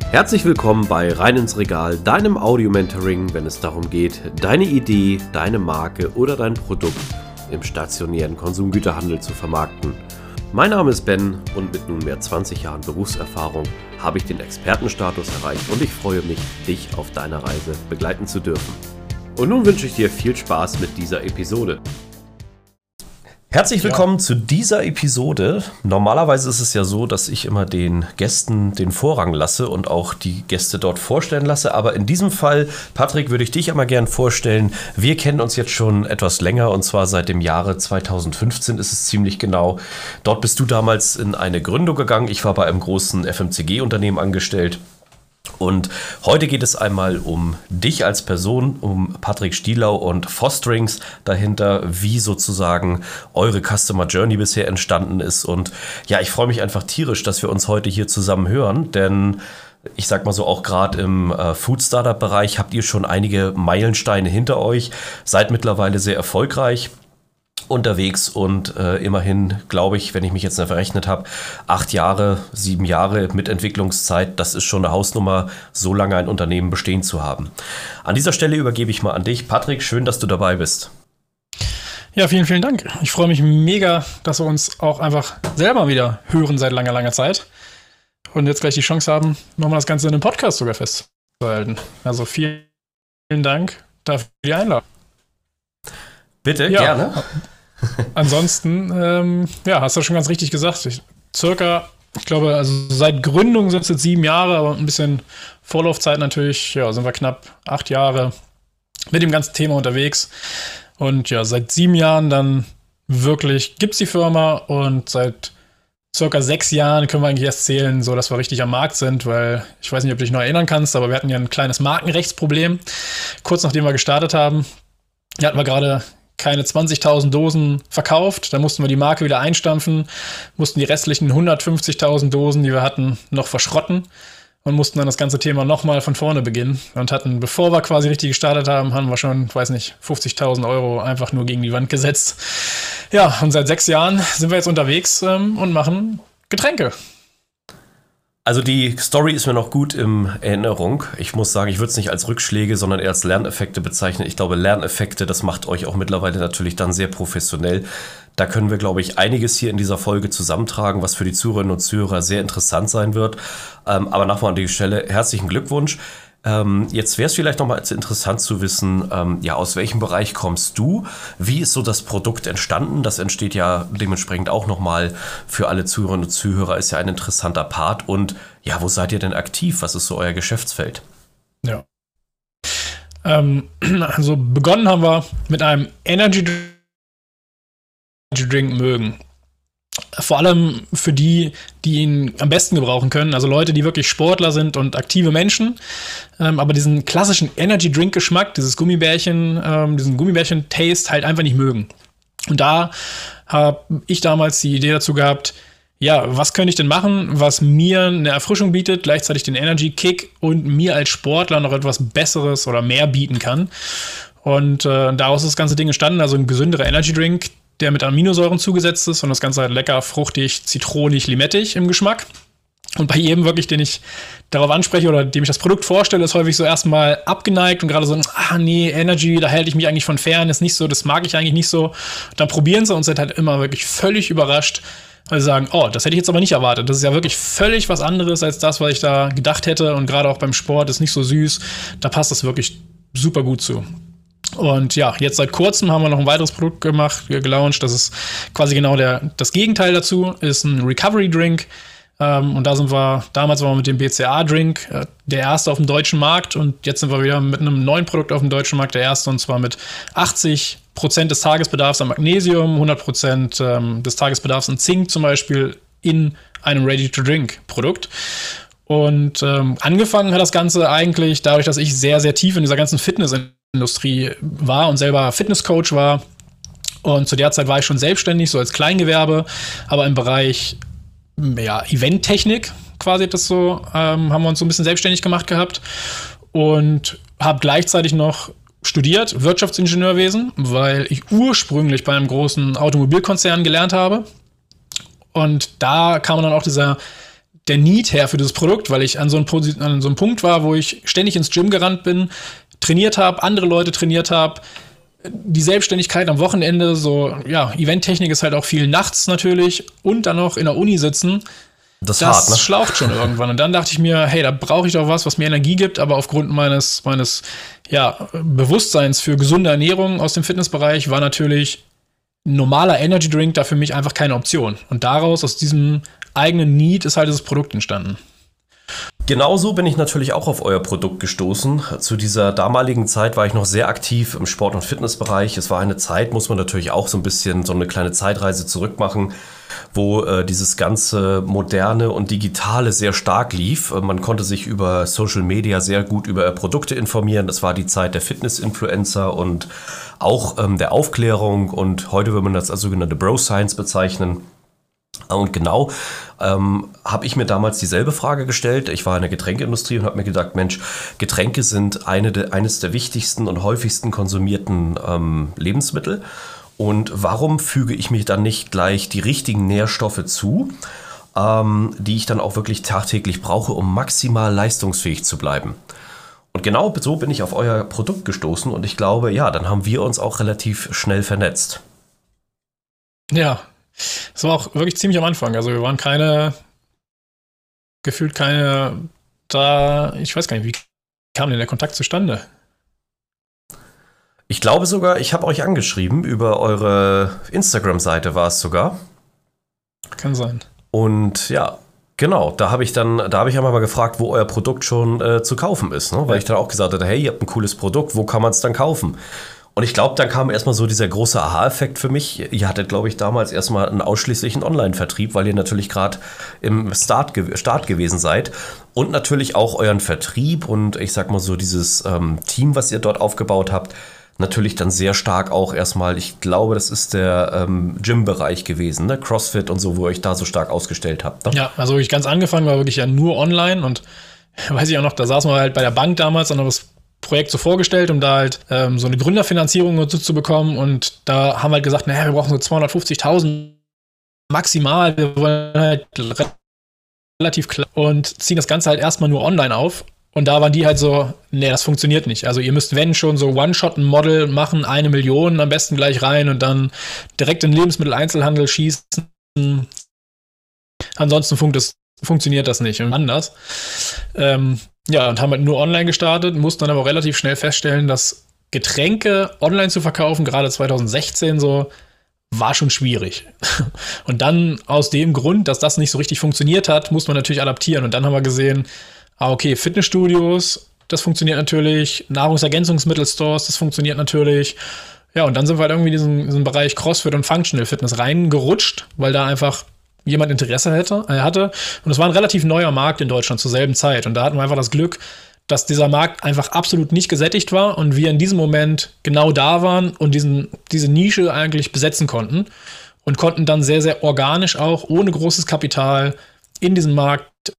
Herzlich willkommen bei Rein ins Regal, deinem Audio-Mentoring, wenn es darum geht, deine Idee, deine Marke oder dein Produkt im stationären Konsumgüterhandel zu vermarkten. Mein Name ist Ben und mit nunmehr 20 Jahren Berufserfahrung habe ich den Expertenstatus erreicht und ich freue mich, dich auf deiner Reise begleiten zu dürfen. Und nun wünsche ich dir viel Spaß mit dieser Episode. Herzlich willkommen zu dieser Episode. Normalerweise ist es ja so, dass ich immer den Gästen den Vorrang lasse und auch die Gäste dort vorstellen lasse. Aber in diesem Fall, Patrick, würde ich dich einmal gern vorstellen. Wir kennen uns jetzt schon etwas länger und zwar seit dem Jahre 2015 ist es ziemlich genau. Dort bist du damals in eine Gründung gegangen. Ich war bei einem großen FMCG-Unternehmen angestellt. Und heute geht es einmal um dich als Person, um Patrick Stielau und Fostrings dahinter, wie sozusagen eure Customer Journey bisher entstanden ist. Und ja, ich freue mich einfach tierisch, dass wir uns heute hier zusammen hören, denn ich sag mal so, auch gerade im Food-Startup-Bereich habt ihr schon einige Meilensteine hinter euch, seid mittlerweile sehr erfolgreich unterwegs und immerhin, glaube ich, wenn ich mich jetzt nicht verrechnet habe, 7 Jahre mit Entwicklungszeit, das ist schon eine Hausnummer, so lange ein Unternehmen bestehen zu haben. An dieser Stelle übergebe ich mal an dich. Patrick, schön, dass du dabei bist. Ja, vielen, vielen Dank. Ich freue mich mega, dass wir uns auch einfach selber wieder hören seit langer, langer Zeit und jetzt gleich die Chance haben, nochmal das Ganze in einem Podcast sogar festzuhalten. Also vielen Dank dafür die Einladung. Bitte, gerne. Ansonsten, hast du schon ganz richtig gesagt. Ich glaube, also seit Gründung sind es jetzt 7 Jahre, aber ein bisschen Vorlaufzeit natürlich, sind wir knapp 8 Jahre mit dem ganzen Thema unterwegs. Und ja, seit 7 Jahren dann wirklich gibt's die Firma und seit circa 6 Jahren können wir eigentlich erst zählen, so dass wir richtig am Markt sind, weil ich weiß nicht, ob du dich noch erinnern kannst, aber wir hatten ja ein kleines Markenrechtsproblem. Kurz nachdem wir gestartet haben, hatten wir gerade keine 20.000 Dosen verkauft. Da mussten wir die Marke wieder einstampfen, mussten die restlichen 150.000 Dosen, die wir hatten, noch verschrotten und mussten dann das ganze Thema nochmal von vorne beginnen und hatten, bevor wir quasi richtig gestartet haben, wir schon, 50.000 Euro einfach nur gegen die Wand gesetzt. Ja, und seit 6 Jahren sind wir jetzt unterwegs und machen Getränke. Also die Story ist mir noch gut in Erinnerung. Ich muss sagen, ich würde es nicht als Rückschläge, sondern eher als Lerneffekte bezeichnen. Ich glaube, Lerneffekte, das macht euch auch mittlerweile natürlich dann sehr professionell. Da können wir, glaube ich, einiges hier in dieser Folge zusammentragen, was für die Zuhörerinnen und Zuhörer sehr interessant sein wird. Aber nochmal an die Stelle, herzlichen Glückwunsch. Jetzt wäre es vielleicht nochmal interessant zu wissen, aus welchem Bereich kommst du? Wie ist so das Produkt entstanden? Das entsteht ja dementsprechend auch nochmal für alle Zuhörerinnen und Zuhörer, ist ja ein interessanter Part. Und ja, wo seid ihr denn aktiv? Was ist so euer Geschäftsfeld? Ja. Also begonnen haben wir mit einem Energy Drink mögen. Vor allem für die ihn am besten gebrauchen können. Also Leute, die wirklich Sportler sind und aktive Menschen. Aber diesen klassischen Energy-Drink-Geschmack, diesen Gummibärchen-Taste halt einfach nicht mögen. Und da habe ich damals die Idee dazu gehabt, was könnte ich denn machen, was mir eine Erfrischung bietet, gleichzeitig den Energy-Kick und mir als Sportler noch etwas Besseres oder mehr bieten kann. Und daraus ist das ganze Ding entstanden, also ein gesünderer Energy-Drink, der mit Aminosäuren zugesetzt ist und das Ganze halt lecker, fruchtig, zitronig, limettig im Geschmack. Und bei jedem wirklich, den ich darauf anspreche oder dem ich das Produkt vorstelle, ist häufig so erstmal abgeneigt und gerade so, Energy, da halte ich mich eigentlich von fern, ist nicht so, das mag ich eigentlich nicht so. Und dann probieren sie und sind halt immer wirklich völlig überrascht, weil sie sagen, das hätte ich jetzt aber nicht erwartet. Das ist ja wirklich völlig was anderes als das, was ich da gedacht hätte und gerade auch beim Sport ist nicht so süß. Da passt das wirklich super gut zu. Und ja, jetzt seit kurzem haben wir noch ein weiteres Produkt gelauncht. Das ist quasi genau das Gegenteil dazu, ist ein Recovery-Drink. Und damals waren wir mit dem BCA-Drink der erste auf dem deutschen Markt und jetzt sind wir wieder mit einem neuen Produkt auf dem deutschen Markt der erste und zwar mit 80% des Tagesbedarfs an Magnesium, 100% des Tagesbedarfs an Zink zum Beispiel in einem Ready-to-Drink-Produkt. Und angefangen hat das Ganze eigentlich dadurch, dass ich sehr, sehr tief in dieser ganzen Fitnessindustrie war und selber Fitnesscoach war. Und zu der Zeit war ich schon selbstständig, so als Kleingewerbe, aber im Bereich Eventtechnik quasi haben wir uns so ein bisschen selbstständig gemacht gehabt und habe gleichzeitig noch studiert, Wirtschaftsingenieurwesen, weil ich ursprünglich bei einem großen Automobilkonzern gelernt habe. Und da kam dann auch der der Need her für dieses Produkt, weil ich an so einem Punkt war, wo ich ständig ins Gym gerannt bin, trainiert habe, andere Leute trainiert habe, die Selbstständigkeit am Wochenende, so, ja, Eventtechnik ist halt auch viel nachts natürlich und dann noch in der Uni sitzen. Das hart, ne? Schlaucht schon irgendwann. Und dann dachte ich mir, hey, da brauche ich doch was mir Energie gibt, aber aufgrund meines Bewusstseins für gesunde Ernährung aus dem Fitnessbereich war natürlich ein normaler Energy Drink da für mich einfach keine Option. Und daraus, aus diesem eigenen Need, ist halt dieses Produkt entstanden. Genauso bin ich natürlich auch auf euer Produkt gestoßen. Zu dieser damaligen Zeit war ich noch sehr aktiv im Sport- und Fitnessbereich. Es war eine Zeit, muss man natürlich auch so ein bisschen so eine kleine Zeitreise zurück machen, wo dieses ganze Moderne und Digitale sehr stark lief. Man konnte sich über Social Media sehr gut über Produkte informieren. Das war die Zeit der Fitness-Influencer und auch der Aufklärung. Und heute würde man das als sogenannte Bro-Science bezeichnen. Und genau habe ich mir damals dieselbe Frage gestellt. Ich war in der Getränkeindustrie und habe mir gedacht, Mensch, Getränke sind eines der wichtigsten und häufigsten konsumierten Lebensmittel. Und warum füge ich mir dann nicht gleich die richtigen Nährstoffe zu, die ich dann auch wirklich tagtäglich brauche, um maximal leistungsfähig zu bleiben? Und genau so bin ich auf euer Produkt gestoßen und ich glaube, ja, dann haben wir uns auch relativ schnell vernetzt. Ja. Das war auch wirklich ziemlich am Anfang. Also wir waren gefühlt keine da, ich weiß gar nicht, wie kam denn der Kontakt zustande? Ich glaube sogar, ich habe euch angeschrieben, über eure Instagram-Seite war es sogar. Kann sein. Und ja, genau, da habe ich einmal mal gefragt, wo euer Produkt schon zu kaufen ist, ne? Weil ich dann auch gesagt hatte, hey, ihr habt ein cooles Produkt, wo kann man es dann kaufen? Und ich glaube, dann kam erstmal so dieser große Aha-Effekt für mich. Ihr hattet, glaube ich, damals erstmal einen ausschließlichen Online-Vertrieb, weil ihr natürlich gerade im Start gewesen seid. Und natürlich auch euren Vertrieb und ich sag mal so dieses Team, was ihr dort aufgebaut habt, natürlich dann sehr stark auch erstmal, ich glaube, das ist der Gym-Bereich gewesen, ne? CrossFit und so, wo ihr euch da so stark ausgestellt habt. Ne? Ja, also ich ganz angefangen war wirklich ja nur online und weiß ich auch noch, da saßen wir halt bei der Bank damals und haben das Projekt so vorgestellt, um da halt so eine Gründerfinanzierung zu bekommen und da haben wir halt gesagt, naja, wir brauchen so 250.000 maximal, wir wollen halt relativ klar und ziehen das Ganze halt erstmal nur online auf und da waren die halt so, nee, das funktioniert nicht, also ihr müsst, wenn schon, so One-Shot ein Model machen, 1 Million am besten gleich rein und dann direkt in den Lebensmitteleinzelhandel schießen, ansonsten funktioniert das nicht und anders. Ja, und haben halt nur online gestartet, mussten dann aber auch relativ schnell feststellen, dass Getränke online zu verkaufen, gerade 2016 so, war schon schwierig. Und dann aus dem Grund, dass das nicht so richtig funktioniert hat, muss man natürlich adaptieren. Und dann haben wir gesehen, okay, Fitnessstudios, das funktioniert natürlich, Nahrungsergänzungsmittelstores, das funktioniert natürlich. Ja, und dann sind wir halt irgendwie in diesen Bereich CrossFit und Functional Fitness reingerutscht, weil da einfach jemand Interesse hatte. Und es war ein relativ neuer Markt in Deutschland zur selben Zeit. Und da hatten wir einfach das Glück, dass dieser Markt einfach absolut nicht gesättigt war und wir in diesem Moment genau da waren und diese Nische eigentlich besetzen konnten und konnten dann sehr, sehr organisch auch ohne großes Kapital in diesen Markt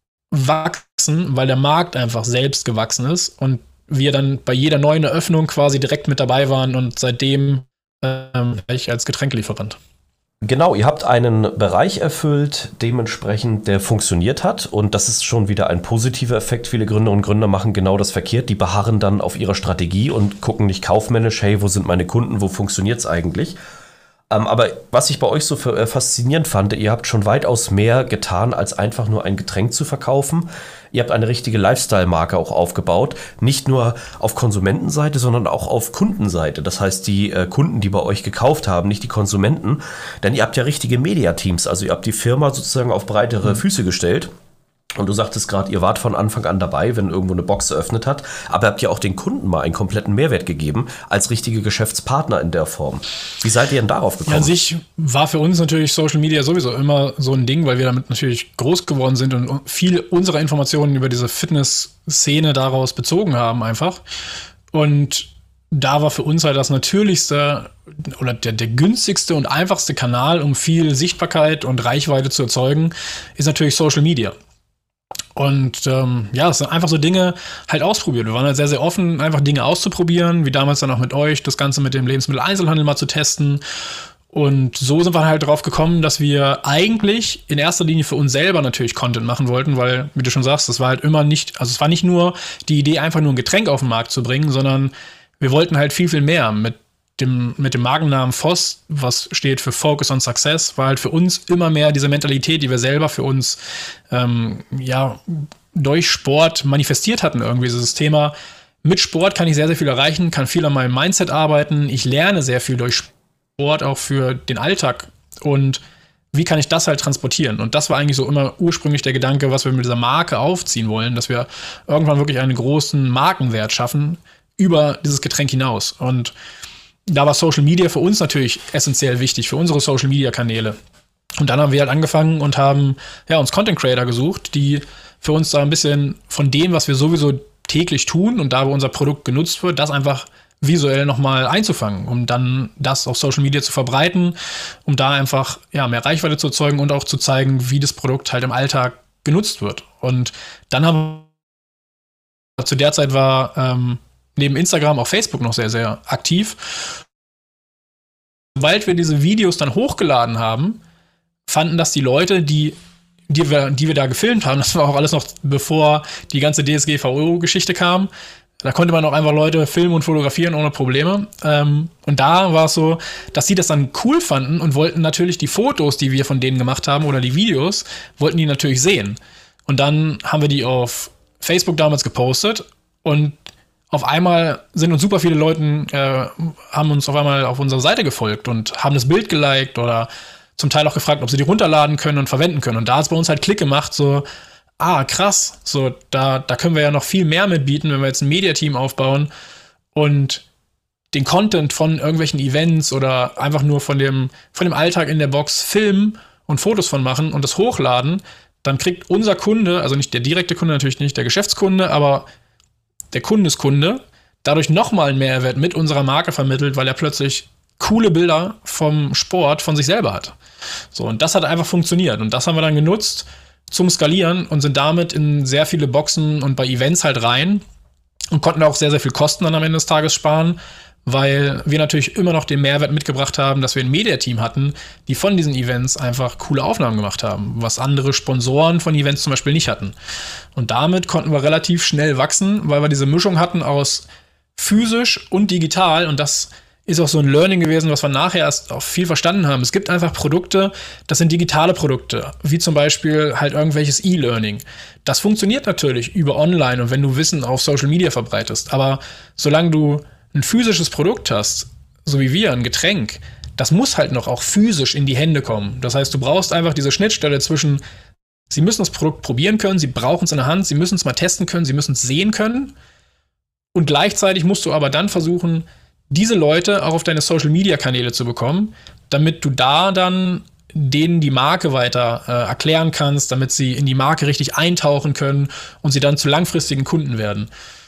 wachsen, weil der Markt einfach selbst gewachsen ist und wir dann bei jeder neuen Eröffnung quasi direkt mit dabei waren und seitdem ich als Getränkelieferant. Genau, ihr habt einen Bereich erfüllt, dementsprechend, der funktioniert hat und das ist schon wieder ein positiver Effekt. Viele Gründerinnen und Gründer machen genau das verkehrt, die beharren dann auf ihrer Strategie und gucken nicht kaufmännisch, hey, wo sind meine Kunden, wo funktioniert es eigentlich? Aber was ich bei euch so faszinierend fand, ihr habt schon weitaus mehr getan, als einfach nur ein Getränk zu verkaufen. Ihr habt eine richtige Lifestyle-Marke auch aufgebaut, nicht nur auf Konsumentenseite, sondern auch auf Kundenseite. Das heißt, die Kunden, die bei euch gekauft haben, nicht die Konsumenten, denn ihr habt ja richtige Media-Teams, also ihr habt die Firma sozusagen auf breitere Füße gestellt. Und du sagtest gerade, ihr wart von Anfang an dabei, wenn irgendwo eine Box eröffnet hat, aber habt ja auch den Kunden mal einen kompletten Mehrwert gegeben, als richtige Geschäftspartner in der Form. Wie seid ihr denn darauf gekommen? Ja, an sich war für uns natürlich Social Media sowieso immer so ein Ding, weil wir damit natürlich groß geworden sind und viel unserer Informationen über diese Fitness-Szene daraus bezogen haben einfach. Und da war für uns halt das natürlichste oder der günstigste und einfachste Kanal, um viel Sichtbarkeit und Reichweite zu erzeugen, ist natürlich Social Media. Und es sind einfach so Dinge halt ausprobiert. Wir waren halt sehr, sehr offen, einfach Dinge auszuprobieren, wie damals dann auch mit euch, das Ganze mit dem Lebensmitteleinzelhandel mal zu testen. Und so sind wir halt drauf gekommen, dass wir eigentlich in erster Linie für uns selber natürlich Content machen wollten, weil, wie du schon sagst, das war halt immer nicht, also es war nicht nur die Idee, einfach nur ein Getränk auf den Markt zu bringen, sondern wir wollten halt viel, viel mehr. Mit dem Markennamen Voss, was steht für Focus on Success, war halt für uns immer mehr diese Mentalität, die wir selber für uns durch Sport manifestiert hatten. Irgendwie dieses Thema, mit Sport kann ich sehr, sehr viel erreichen, kann viel an meinem Mindset arbeiten, ich lerne sehr viel durch Sport, auch für den Alltag. Und wie kann ich das halt transportieren? Und das war eigentlich so immer ursprünglich der Gedanke, was wir mit dieser Marke aufziehen wollen, dass wir irgendwann wirklich einen großen Markenwert schaffen über dieses Getränk hinaus. Und da war Social Media für uns natürlich essentiell wichtig, für unsere Social Media Kanäle. Und dann haben wir halt angefangen und haben uns Content Creator gesucht, die für uns da ein bisschen von dem, was wir sowieso täglich tun und da, wo unser Produkt genutzt wird, das einfach visuell nochmal einzufangen, um dann das auf Social Media zu verbreiten, um da einfach mehr Reichweite zu erzeugen und auch zu zeigen, wie das Produkt halt im Alltag genutzt wird. Und dann haben wir zu der Zeit war neben Instagram auch Facebook noch sehr, sehr aktiv. Sobald wir diese Videos dann hochgeladen haben, fanden das die Leute, die wir da gefilmt haben, das war auch alles noch bevor die ganze DSGVO-Geschichte kam, da konnte man auch einfach Leute filmen und fotografieren ohne Probleme. Und da war es so, dass sie das dann cool fanden und wollten natürlich die Fotos, die wir von denen gemacht haben oder die Videos, wollten die natürlich sehen. Und dann haben wir die auf Facebook damals gepostet und auf einmal sind uns super viele Leute, haben uns auf einmal auf unserer Seite gefolgt und haben das Bild geliked oder zum Teil auch gefragt, ob sie die runterladen können und verwenden können. Und da hat es bei uns halt Klick gemacht, so, krass, so, da können wir ja noch viel mehr mitbieten, wenn wir jetzt ein Media-Team aufbauen und den Content von irgendwelchen Events oder einfach nur von dem Alltag in der Box filmen und Fotos von machen und das hochladen, dann kriegt unser Kunde, also nicht der direkte Kunde, natürlich nicht der Geschäftskunde, aber der Kundeskunde, dadurch nochmal einen Mehrwert mit unserer Marke vermittelt, weil er plötzlich coole Bilder vom Sport von sich selber hat. So, und das hat einfach funktioniert. Und das haben wir dann genutzt zum Skalieren und sind damit in sehr viele Boxen und bei Events halt rein und konnten auch sehr, sehr viel Kosten dann am Ende des Tages sparen, weil wir natürlich immer noch den Mehrwert mitgebracht haben, dass wir ein Media-Team hatten, die von diesen Events einfach coole Aufnahmen gemacht haben, was andere Sponsoren von Events zum Beispiel nicht hatten. Und damit konnten wir relativ schnell wachsen, weil wir diese Mischung hatten aus physisch und digital. Und das ist auch so ein Learning gewesen, was wir nachher erst auch viel verstanden haben. Es gibt einfach Produkte, das sind digitale Produkte, wie zum Beispiel halt irgendwelches E-Learning. Das funktioniert natürlich über Online und wenn du Wissen auf Social Media verbreitest. Aber solange du ein physisches Produkt hast, so wie wir, ein Getränk, das muss halt noch auch physisch in die Hände kommen. Das heißt, du brauchst einfach diese Schnittstelle zwischen, sie müssen das Produkt probieren können, sie brauchen es in der Hand, sie müssen es mal testen können, sie müssen es sehen können. Und gleichzeitig musst du aber dann versuchen, diese Leute auch auf deine Social-Media-Kanäle zu bekommen, damit du da dann denen die Marke weiter erklären kannst, damit sie in die Marke richtig eintauchen können und sie dann zu langfristigen Kunden werden.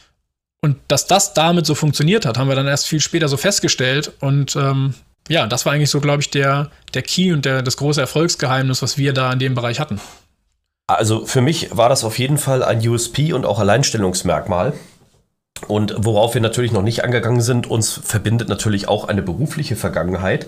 Und dass das damit so funktioniert hat, haben wir dann erst viel später so festgestellt. Und das war eigentlich so, glaube ich, der Key und das große Erfolgsgeheimnis, was wir da in dem Bereich hatten. Also für mich war das auf jeden Fall ein USP und auch Alleinstellungsmerkmal. Und worauf wir natürlich noch nicht angegangen sind, uns verbindet natürlich auch eine berufliche Vergangenheit.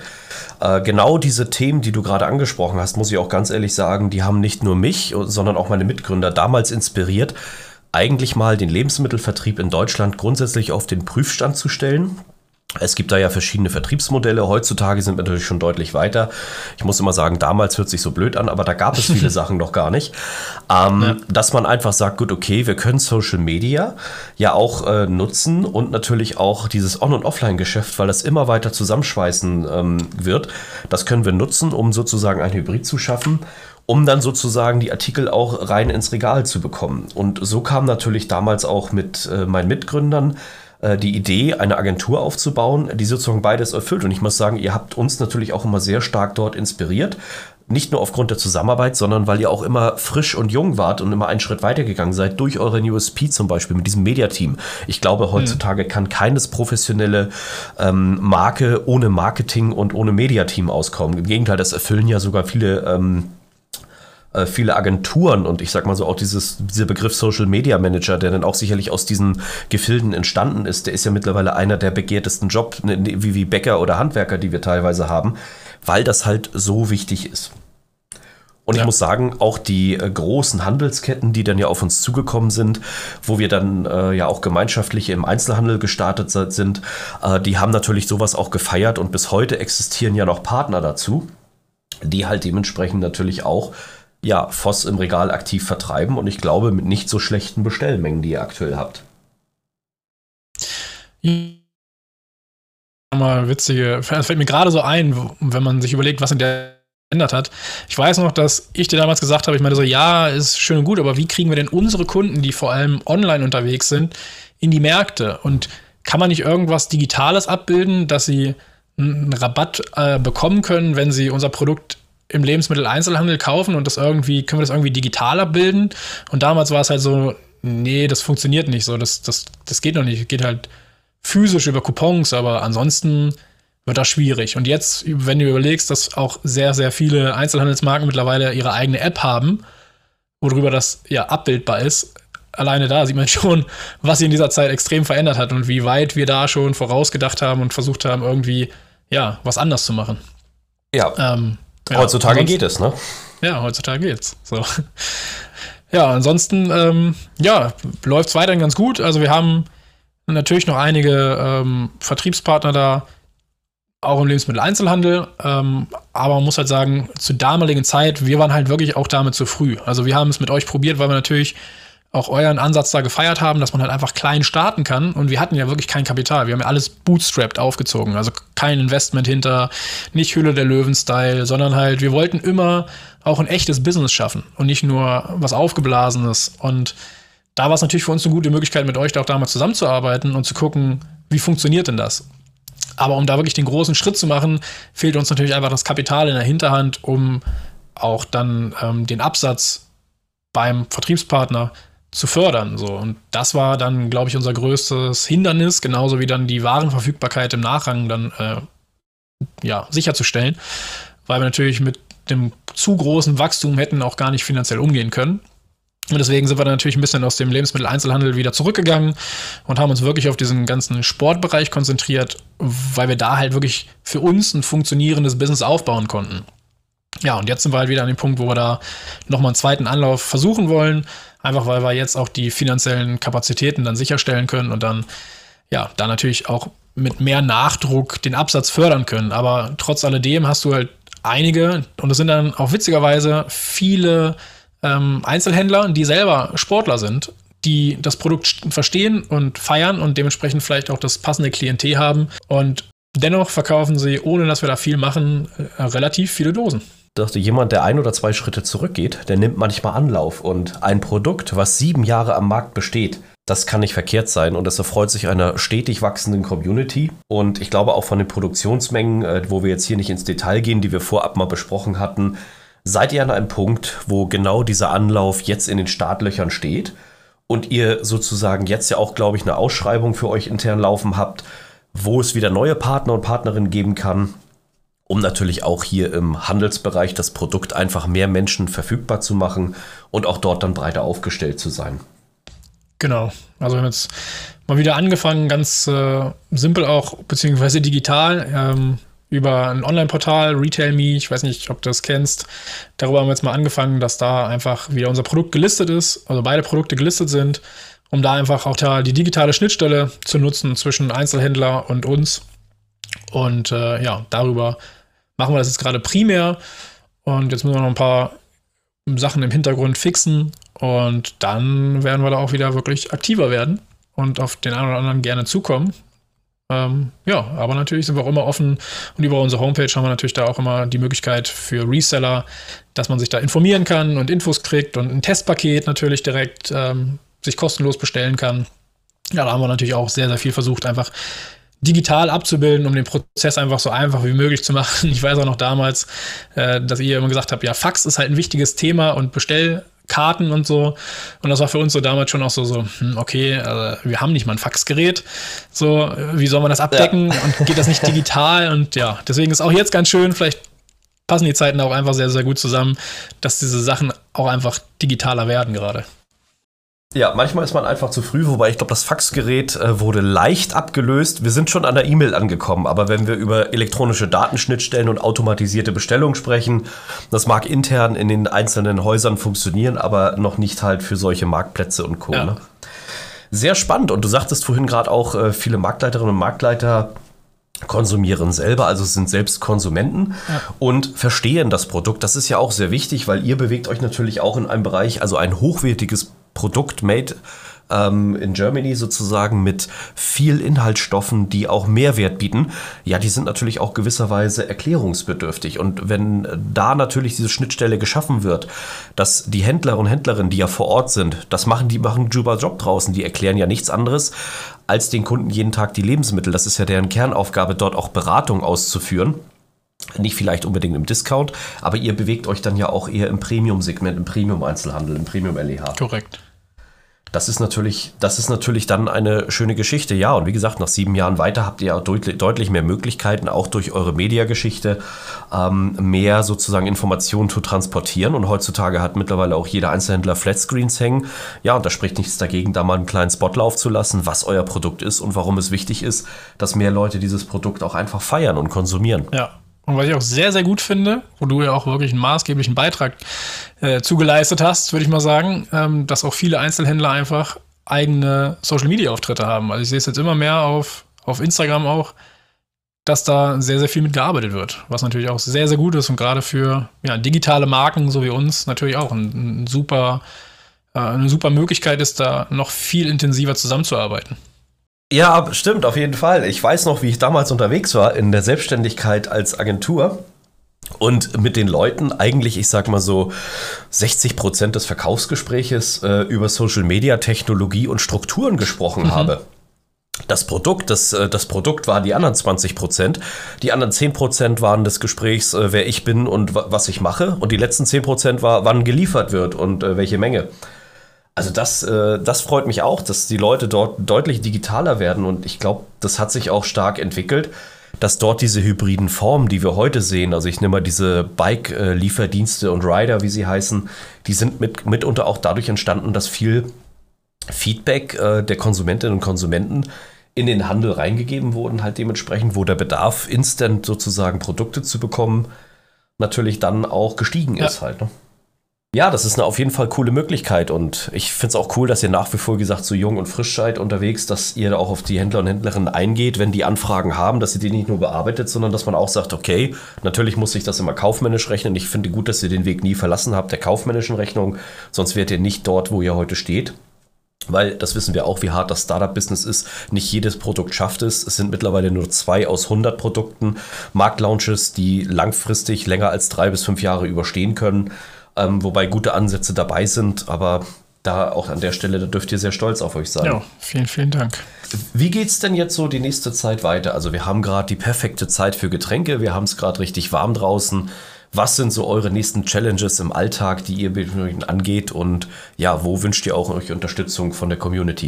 Genau diese Themen, die du gerade angesprochen hast, muss ich auch ganz ehrlich sagen, die haben nicht nur mich, sondern auch meine Mitgründer damals inspiriert, eigentlich mal den Lebensmittelvertrieb in Deutschland grundsätzlich auf den Prüfstand zu stellen. Es gibt da ja verschiedene Vertriebsmodelle. Heutzutage sind wir natürlich schon deutlich weiter. Ich muss immer sagen, damals hört sich so blöd an, aber da gab es viele Sachen noch gar nicht. Dass man einfach sagt, gut, okay, wir können Social Media ja auch nutzen und natürlich auch dieses On- und Offline-Geschäft, weil das immer weiter zusammenschweißen wird. Das können wir nutzen, um sozusagen ein Hybrid zu schaffen, um dann sozusagen die Artikel auch rein ins Regal zu bekommen. Und so kam natürlich damals auch mit meinen Mitgründern die Idee, eine Agentur aufzubauen, die sozusagen beides erfüllt. Und ich muss sagen, ihr habt uns natürlich auch immer sehr stark dort inspiriert. Nicht nur aufgrund der Zusammenarbeit, sondern weil ihr auch immer frisch und jung wart und immer einen Schritt weitergegangen seid durch euren USP zum Beispiel mit diesem Mediateam. Ich glaube, heutzutage kann keines professionelle Marke ohne Marketing und ohne Mediateam auskommen. Im Gegenteil, das erfüllen ja sogar viele Agenturen und ich sag mal so auch dieser Begriff Social Media Manager, der dann auch sicherlich aus diesen Gefilden entstanden ist, der ist ja mittlerweile einer der begehrtesten Jobs, wie Bäcker oder Handwerker, die wir teilweise haben, weil das halt so wichtig ist. Und ich muss sagen, auch die großen Handelsketten, die dann ja auf uns zugekommen sind, wo wir dann ja auch gemeinschaftlich im Einzelhandel gestartet sind, die haben natürlich sowas auch gefeiert und bis heute existieren ja noch Partner dazu, die halt dementsprechend natürlich auch ja Voss im Regal aktiv vertreiben und ich glaube mit nicht so schlechten Bestellmengen, die ihr aktuell habt. Mal witzige, das fällt mir gerade so ein, wenn man sich überlegt, was in der geändert hat. Ich weiß noch, dass ich dir damals gesagt habe, ich meine so, ja, ist schön und gut, aber wie kriegen wir denn unsere Kunden, die vor allem online unterwegs sind, in die Märkte? Und kann man nicht irgendwas Digitales abbilden, dass sie einen Rabatt bekommen können, wenn sie unser Produkt im Lebensmitteleinzelhandel kaufen und können wir das irgendwie digital abbilden? Und damals war es halt so, nee, das funktioniert nicht so, das geht noch nicht, geht halt physisch über Coupons, aber ansonsten wird das schwierig. Und jetzt, wenn du überlegst, dass auch sehr, sehr viele Einzelhandelsmarken mittlerweile ihre eigene App haben, worüber das ja abbildbar ist, alleine da sieht man schon, was sich in dieser Zeit extrem verändert hat und wie weit wir da schon vorausgedacht haben und versucht haben, irgendwie ja was anders zu machen. Ja, heutzutage geht es, ne? Ja, heutzutage geht's. So. Ja, ansonsten läuft es weiterhin ganz gut. Also wir haben natürlich noch einige Vertriebspartner da, auch im Lebensmitteleinzelhandel, aber man muss halt sagen, zur damaligen Zeit, wir waren halt wirklich auch damit zu früh. Also wir haben es mit euch probiert, weil wir natürlich auch euren Ansatz da gefeiert haben, dass man halt einfach klein starten kann und wir hatten ja wirklich kein Kapital. Wir haben ja alles bootstrapped aufgezogen, also kein Investment hinter, nicht Hülle der Löwen-Style, sondern halt, wir wollten immer auch ein echtes Business schaffen und nicht nur was Aufgeblasenes. Und da war es natürlich für uns eine gute Möglichkeit, mit euch da auch damals zusammenzuarbeiten und zu gucken, wie funktioniert denn das? Aber um da wirklich den großen Schritt zu machen, fehlt uns natürlich einfach das Kapital in der Hinterhand, um auch dann den Absatz beim Vertriebspartner zu fördern. So. Und das war dann, glaube ich, unser größtes Hindernis, genauso wie dann die Warenverfügbarkeit im Nachrang dann sicherzustellen, weil wir natürlich mit dem zu großen Wachstum hätten auch gar nicht finanziell umgehen können. Und deswegen sind wir dann natürlich ein bisschen aus dem Lebensmitteleinzelhandel wieder zurückgegangen und haben uns wirklich auf diesen ganzen Sportbereich konzentriert, weil wir da halt wirklich für uns ein funktionierendes Business aufbauen konnten. Ja, und jetzt sind wir halt wieder an dem Punkt, wo wir da nochmal einen zweiten Anlauf versuchen wollen, einfach weil wir jetzt auch die finanziellen Kapazitäten dann sicherstellen können und dann, ja, da natürlich auch mit mehr Nachdruck den Absatz fördern können. Aber trotz alledem hast du halt einige, und es sind dann auch witzigerweise viele Einzelhändler, die selber Sportler sind, die das Produkt verstehen und feiern und dementsprechend vielleicht auch das passende Klientel haben. Und dennoch verkaufen sie, ohne dass wir da viel machen, relativ viele Dosen. Ich dachte, jemand, der 1 oder 2 Schritte zurückgeht, der nimmt manchmal Anlauf. Und ein Produkt, was 7 Jahre am Markt besteht, das kann nicht verkehrt sein. Und es erfreut sich einer stetig wachsenden Community. Und ich glaube auch von den Produktionsmengen, wo wir jetzt hier nicht ins Detail gehen, die wir vorab mal besprochen hatten, seid ihr an einem Punkt, wo genau dieser Anlauf jetzt in den Startlöchern steht und ihr sozusagen jetzt ja auch, glaube ich, eine Ausschreibung für euch intern laufen habt, wo es wieder neue Partner und Partnerinnen geben kann, um natürlich auch hier im Handelsbereich das Produkt einfach mehr Menschen verfügbar zu machen und auch dort dann breiter aufgestellt zu sein. Genau, also wir haben jetzt mal wieder angefangen, ganz simpel auch, beziehungsweise digital, über ein Online-Portal, RetailMe, ich weiß nicht, ob du das kennst. Darüber haben wir jetzt mal angefangen, dass da einfach wieder unser Produkt gelistet ist, also beide Produkte gelistet sind, um da einfach auch da die digitale Schnittstelle zu nutzen zwischen Einzelhändler und uns. Und darüber machen wir das jetzt gerade primär. Und jetzt müssen wir noch ein paar Sachen im Hintergrund fixen und dann werden wir da auch wieder wirklich aktiver werden und auf den einen oder anderen gerne zukommen. Aber natürlich sind wir auch immer offen und über unsere Homepage haben wir natürlich da auch immer die Möglichkeit für Reseller, dass man sich da informieren kann und Infos kriegt und ein Testpaket natürlich direkt sich kostenlos bestellen kann. Ja, da haben wir natürlich auch sehr, sehr viel versucht, einfach digital abzubilden, um den Prozess einfach so einfach wie möglich zu machen. Ich weiß auch noch damals, dass ihr immer gesagt habt, ja, Fax ist halt ein wichtiges Thema und Bestellkarten und so. Und das war für uns so damals schon auch so okay, wir haben nicht mal ein Faxgerät. So, wie soll man das abdecken? Ja. Und geht das nicht digital? Und ja, deswegen ist auch jetzt ganz schön, vielleicht passen die Zeiten auch einfach sehr, sehr gut zusammen, dass diese Sachen auch einfach digitaler werden gerade. Ja, manchmal ist man einfach zu früh, wobei ich glaube, das Faxgerät wurde leicht abgelöst. Wir sind schon an der E-Mail angekommen, aber wenn wir über elektronische Datenschnittstellen und automatisierte Bestellungen sprechen, das mag intern in den einzelnen Häusern funktionieren, aber noch nicht halt für solche Marktplätze und Co. Ja. Ne? Sehr spannend. Und du sagtest vorhin gerade auch, viele Marktleiterinnen und Marktleiter konsumieren selber, also sind selbst Konsumenten und verstehen das Produkt. Das ist ja auch sehr wichtig, weil ihr bewegt euch natürlich auch in einem Bereich, also ein hochwertiges Produkt made in Germany sozusagen mit viel Inhaltsstoffen, die auch Mehrwert bieten. Ja, die sind natürlich auch gewisserweise erklärungsbedürftig. Und wenn da natürlich diese Schnittstelle geschaffen wird, dass die Händler und Händlerinnen, die ja vor Ort sind, die machen einen super Job draußen, die erklären ja nichts anderes, als den Kunden jeden Tag die Lebensmittel. Das ist ja deren Kernaufgabe, dort auch Beratung auszuführen. Nicht vielleicht unbedingt im Discount, aber ihr bewegt euch dann ja auch eher im Premium-Segment, im Premium-Einzelhandel, im Premium-LEH. Korrekt. Das ist natürlich dann eine schöne Geschichte. Ja, und wie gesagt, nach 7 Jahren weiter habt ihr ja deutlich mehr Möglichkeiten, auch durch eure Mediageschichte mehr sozusagen Informationen zu transportieren. Und heutzutage hat mittlerweile auch jeder Einzelhändler Flatscreens hängen. Ja, und da spricht nichts dagegen, da mal einen kleinen Spot laufen zu lassen, was euer Produkt ist und warum es wichtig ist, dass mehr Leute dieses Produkt auch einfach feiern und konsumieren. Ja. Und was ich auch sehr, sehr gut finde, wo du ja auch wirklich einen maßgeblichen Beitrag zugeleistet hast, würde ich mal sagen, dass auch viele Einzelhändler einfach eigene Social-Media-Auftritte haben. Also ich sehe es jetzt immer mehr auf Instagram auch, dass da sehr, sehr viel mitgearbeitet wird. Was natürlich auch sehr, sehr gut ist und gerade für digitale Marken, so wie uns, natürlich auch eine super Möglichkeit ist, da noch viel intensiver zusammenzuarbeiten. Ja, stimmt, auf jeden Fall. Ich weiß noch, wie ich damals unterwegs war in der Selbstständigkeit als Agentur und mit den Leuten eigentlich, ich sag mal so, 60% des Verkaufsgespräches über Social Media, Technologie und Strukturen gesprochen habe. Das Produkt waren die anderen 20%. Die anderen 10% waren des Gesprächs, wer ich bin und was ich mache. Und die letzten 10% war, wann geliefert wird und welche Menge. Also das freut mich auch, dass die Leute dort deutlich digitaler werden und ich glaube, das hat sich auch stark entwickelt, dass dort diese hybriden Formen, die wir heute sehen, also ich nehme mal diese Bike-Lieferdienste und Rider, wie sie heißen, die sind mitunter auch dadurch entstanden, dass viel Feedback der Konsumentinnen und Konsumenten in den Handel reingegeben wurden, halt dementsprechend, wo der Bedarf, instant sozusagen Produkte zu bekommen, natürlich dann auch gestiegen ist halt, ne? Ja, das ist eine auf jeden Fall coole Möglichkeit und ich finde es auch cool, dass ihr nach wie vor, wie gesagt, so jung und frisch seid unterwegs, dass ihr da auch auf die Händler und Händlerinnen eingeht, wenn die Anfragen haben, dass ihr die nicht nur bearbeitet, sondern dass man auch sagt, okay, natürlich muss ich das immer kaufmännisch rechnen. Ich finde gut, dass ihr den Weg nie verlassen habt, der kaufmännischen Rechnung, sonst wärt ihr nicht dort, wo ihr heute steht. Weil, das wissen wir auch, wie hart das Startup-Business ist. Nicht jedes Produkt schafft es. Es sind mittlerweile nur 2 aus 100 Produkten. Marktlaunches, die langfristig länger als 3 bis 5 Jahre überstehen können. Wobei gute Ansätze dabei sind, aber da auch an der Stelle, da dürft ihr sehr stolz auf euch sein. Ja, vielen, vielen Dank. Wie geht's denn jetzt so die nächste Zeit weiter? Also wir haben gerade die perfekte Zeit für Getränke, wir haben es gerade richtig warm draußen. Was sind so eure nächsten Challenges im Alltag, die ihr angeht und ja, wo wünscht ihr auch euch Unterstützung von der Community?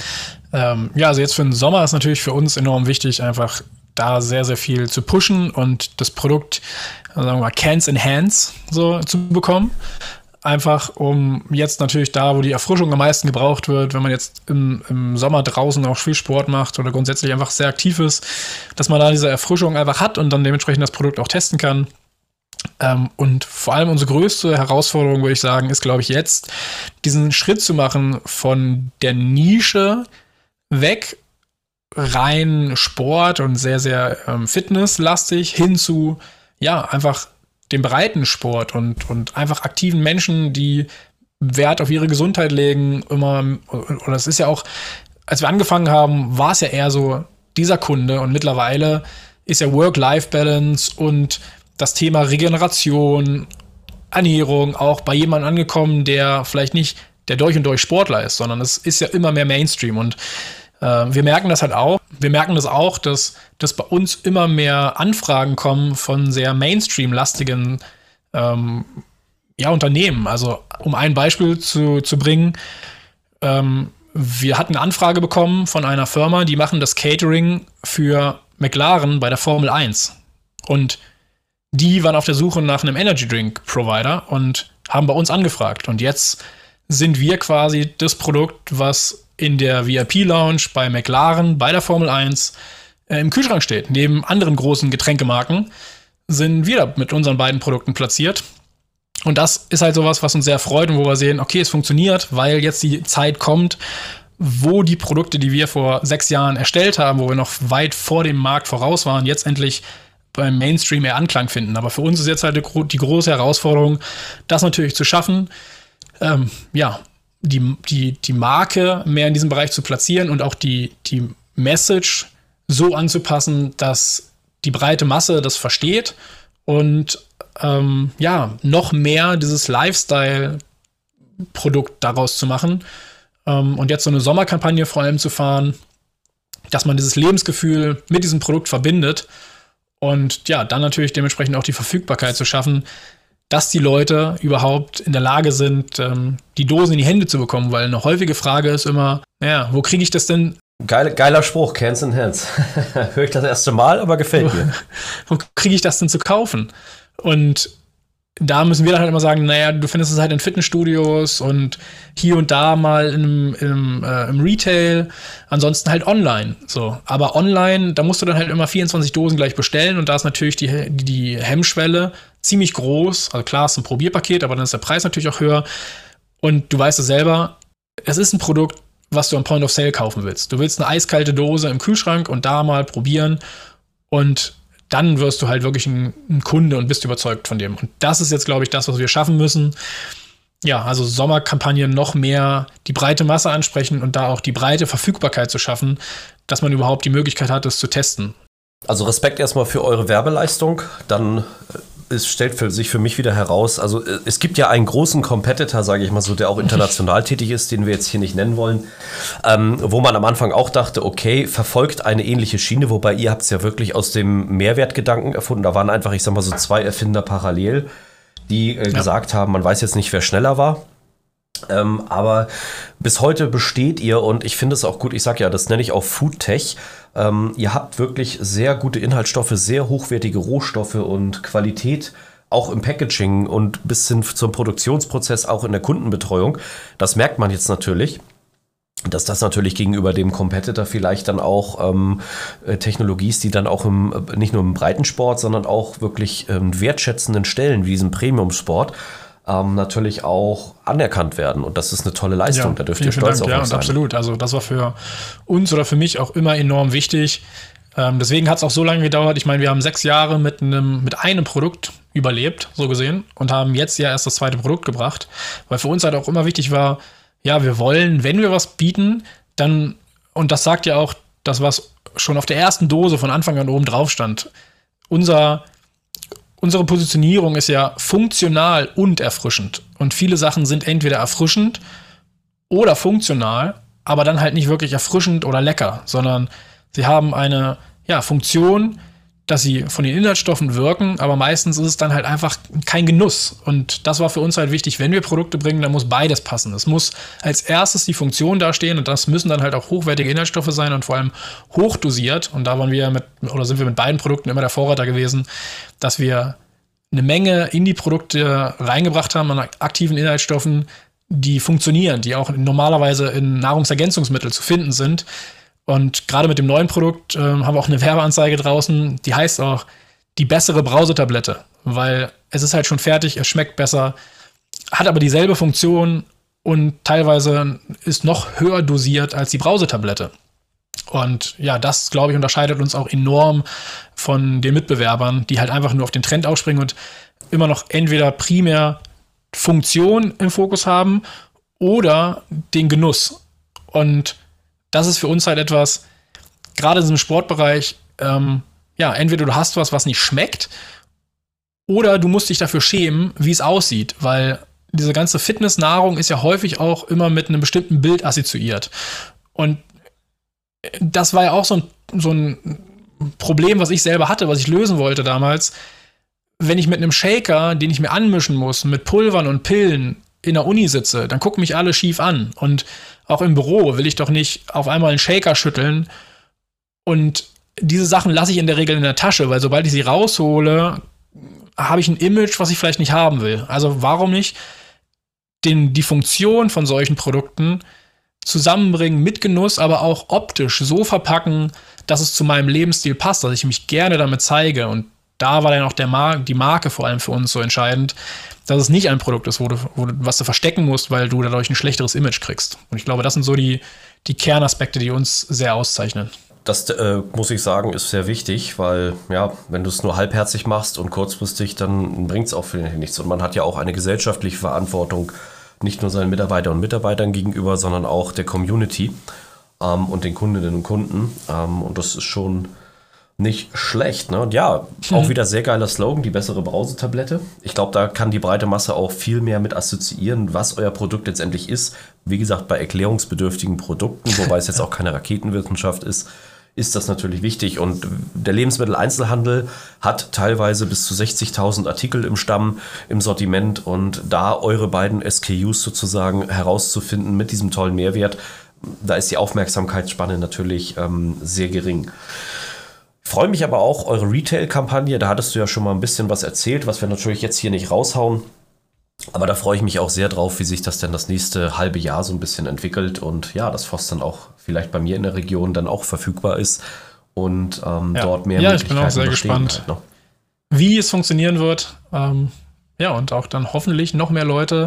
Also jetzt für den Sommer ist natürlich für uns enorm wichtig, einfach da sehr, sehr viel zu pushen und das Produkt, sagen wir mal, Cans in Hands so zu bekommen. Einfach um jetzt natürlich da, wo die Erfrischung am meisten gebraucht wird, wenn man jetzt im Sommer draußen auch viel Sport macht oder grundsätzlich einfach sehr aktiv ist, dass man da diese Erfrischung einfach hat und dann dementsprechend das Produkt auch testen kann. Und vor allem unsere größte Herausforderung, würde ich sagen, ist, glaube ich, jetzt diesen Schritt zu machen von der Nische weg, rein Sport und sehr, sehr fitnesslastig hin zu, einfach dem breiten Sport und einfach aktiven Menschen, die Wert auf ihre Gesundheit legen, immer, und das ist ja auch, als wir angefangen haben, war es ja eher so dieser Kunde und mittlerweile ist ja Work-Life-Balance und das Thema Regeneration, Ernährung auch bei jemandem angekommen, der vielleicht nicht der durch und durch Sportler ist, sondern es ist ja immer mehr Mainstream und wir merken das halt auch. Wir merken das auch, dass bei uns immer mehr Anfragen kommen von sehr Mainstream-lastigen Unternehmen. Also um ein Beispiel zu bringen, wir hatten eine Anfrage bekommen von einer Firma, die machen das Catering für McLaren bei der Formel 1. Und die waren auf der Suche nach einem Energy Drink Provider und haben bei uns angefragt. Und jetzt sind wir quasi das Produkt, was in der VIP-Lounge bei McLaren, bei der Formel 1 im Kühlschrank steht. Neben anderen großen Getränkemarken sind wir da mit unseren beiden Produkten platziert. Und das ist halt sowas, was uns sehr freut und wo wir sehen, okay, es funktioniert, weil jetzt die Zeit kommt, wo die Produkte, die wir vor 6 Jahren erstellt haben, wo wir noch weit vor dem Markt voraus waren, jetzt endlich beim Mainstream eher Anklang finden. Aber für uns ist jetzt halt die große Herausforderung, das natürlich zu schaffen, die Marke mehr in diesem Bereich zu platzieren und auch die Message so anzupassen, dass die breite Masse das versteht und noch mehr dieses Lifestyle-Produkt daraus zu machen. Und jetzt so eine Sommerkampagne vor allem zu fahren, dass man dieses Lebensgefühl mit diesem Produkt verbindet und ja, dann natürlich dementsprechend auch die Verfügbarkeit zu schaffen, dass die Leute überhaupt in der Lage sind, die Dosen in die Hände zu bekommen, weil eine häufige Frage ist immer, wo kriege ich das denn? Geiler Spruch, Cans in Hands. Höre ich das erste Mal, aber gefällt mir. Wo kriege ich das denn zu kaufen? Und da müssen wir dann halt immer sagen, du findest es halt in Fitnessstudios und hier und da mal im Retail, ansonsten halt online. So. Aber online, da musst du dann halt immer 24 Dosen gleich bestellen und da ist natürlich die Hemmschwelle ziemlich groß. Also klar, es ist ein Probierpaket, aber dann ist der Preis natürlich auch höher. Und du weißt es selber, es ist ein Produkt, was du am Point of Sale kaufen willst. Du willst eine eiskalte Dose im Kühlschrank und da mal probieren und dann wirst du halt wirklich ein Kunde und bist überzeugt von dem. Und das ist jetzt, glaube ich, das, was wir schaffen müssen. Ja, also Sommerkampagnen noch mehr die breite Masse ansprechen und da auch die breite Verfügbarkeit zu schaffen, dass man überhaupt die Möglichkeit hat, das zu testen. Also Respekt erstmal für eure Werbeleistung. Dann es stellt sich für mich wieder heraus, also es gibt ja einen großen Competitor, sage ich mal so, der auch international tätig ist, den wir jetzt hier nicht nennen wollen, wo man am Anfang auch dachte, okay, verfolgt eine ähnliche Schiene, wobei ihr habt es ja wirklich aus dem Mehrwertgedanken erfunden. Da waren einfach, ich sag mal so 2 Erfinder parallel, die gesagt haben, man weiß jetzt nicht, wer schneller war. Aber bis heute besteht ihr und ich finde es auch gut, ich sag ja, das nenne ich auch Foodtech. Ihr habt wirklich sehr gute Inhaltsstoffe, sehr hochwertige Rohstoffe und Qualität, auch im Packaging und bis hin zum Produktionsprozess, auch in der Kundenbetreuung. Das merkt man jetzt natürlich, dass das natürlich gegenüber dem Competitor vielleicht dann auch Technologie ist, die dann auch nicht nur im Breitensport, sondern auch wirklich wertschätzenden Stellen wie diesem Premium-Sport natürlich auch anerkannt werden. Und das ist eine tolle Leistung. Ja, da dürft ihr stolz auf euch sein. Absolut. Also das war für uns oder für mich auch immer enorm wichtig. Deswegen hat es auch so lange gedauert. Ich meine, wir haben 6 Jahre mit einem Produkt überlebt, so gesehen, und haben jetzt ja erst das 2. Produkt gebracht. Weil für uns halt auch immer wichtig war, wir wollen, wenn wir was bieten, dann, und das sagt ja auch das, was schon auf der ersten Dose von Anfang an oben drauf stand, unsere Positionierung ist ja funktional und erfrischend. Und viele Sachen sind entweder erfrischend oder funktional, aber dann halt nicht wirklich erfrischend oder lecker, sondern sie haben eine Funktion, dass sie von den Inhaltsstoffen wirken, aber meistens ist es dann halt einfach kein Genuss. Und das war für uns halt wichtig, wenn wir Produkte bringen, dann muss beides passen. Es muss als erstes die Funktion dastehen und das müssen dann halt auch hochwertige Inhaltsstoffe sein und vor allem hochdosiert. Und da sind wir mit beiden Produkten immer der Vorreiter gewesen, dass wir eine Menge in die Produkte reingebracht haben an aktiven Inhaltsstoffen, die funktionieren, die auch normalerweise in Nahrungsergänzungsmitteln zu finden sind. Und gerade mit dem neuen Produkt haben wir auch eine Werbeanzeige draußen, die heißt auch die bessere Brausetablette, weil es ist halt schon fertig, es schmeckt besser, hat aber dieselbe Funktion und teilweise ist noch höher dosiert als die Brausetablette. Und ja, das, glaube ich, unterscheidet uns auch enorm von den Mitbewerbern, die halt einfach nur auf den Trend aufspringen und immer noch entweder primär Funktion im Fokus haben oder den Genuss. Und das ist für uns halt etwas, gerade in diesem Sportbereich, entweder du hast was nicht schmeckt oder du musst dich dafür schämen, wie es aussieht, weil diese ganze Fitnessnahrung ist ja häufig auch immer mit einem bestimmten Bild assoziiert. Und das war ja auch so ein Problem, was ich selber hatte, was ich lösen wollte damals. Wenn ich mit einem Shaker, den ich mir anmischen muss, mit Pulvern und Pillen in der Uni sitze, dann gucken mich alle schief an. Und auch im Büro will ich doch nicht auf einmal einen Shaker schütteln. Und diese Sachen lasse ich in der Regel in der Tasche, weil sobald ich sie raushole, habe ich ein Image, was ich vielleicht nicht haben will. Also warum nicht die Funktion von solchen Produkten zusammenbringen mit Genuss, aber auch optisch so verpacken, dass es zu meinem Lebensstil passt, dass ich mich gerne damit zeige. Und da war dann auch die Marke vor allem für uns so entscheidend, dass es nicht ein Produkt ist, was du verstecken musst, weil du dadurch ein schlechteres Image kriegst. Und ich glaube, das sind so die Kernaspekte, die uns sehr auszeichnen. Das muss ich sagen, ist sehr wichtig, weil ja, wenn du es nur halbherzig machst und kurzfristig, dann bringt es auch für nichts. Und man hat ja auch eine gesellschaftliche Verantwortung, nicht nur seinen Mitarbeitern und Mitarbeitern gegenüber, sondern auch der Community und den Kundinnen und Kunden. Und das ist schon nicht schlecht. Ne? Und ja, auch wieder sehr geiler Slogan, die bessere Brausetablette. Ich glaube, da kann die breite Masse auch viel mehr mit assoziieren, was euer Produkt letztendlich ist. Wie gesagt, bei erklärungsbedürftigen Produkten, wobei es jetzt auch keine Raketenwissenschaft ist das natürlich wichtig. Und der Lebensmitteleinzelhandel hat teilweise bis zu 60.000 Artikel im Stamm, im Sortiment. Und da eure beiden SKUs sozusagen herauszufinden mit diesem tollen Mehrwert, da ist die Aufmerksamkeitsspanne natürlich sehr gering. Ich freue mich aber auch, eure Retail-Kampagne, da hattest du ja schon mal ein bisschen was erzählt, was wir natürlich jetzt hier nicht raushauen. Aber da freue ich mich auch sehr drauf, wie sich das denn das nächste halbe Jahr so ein bisschen entwickelt und ja, dass FOSS dann auch vielleicht bei mir in der Region dann auch verfügbar ist und dort mehr Möglichkeiten ich bin auch sehr gespannt, halt, ne? Wie es funktionieren wird. Und auch dann hoffentlich noch mehr Leute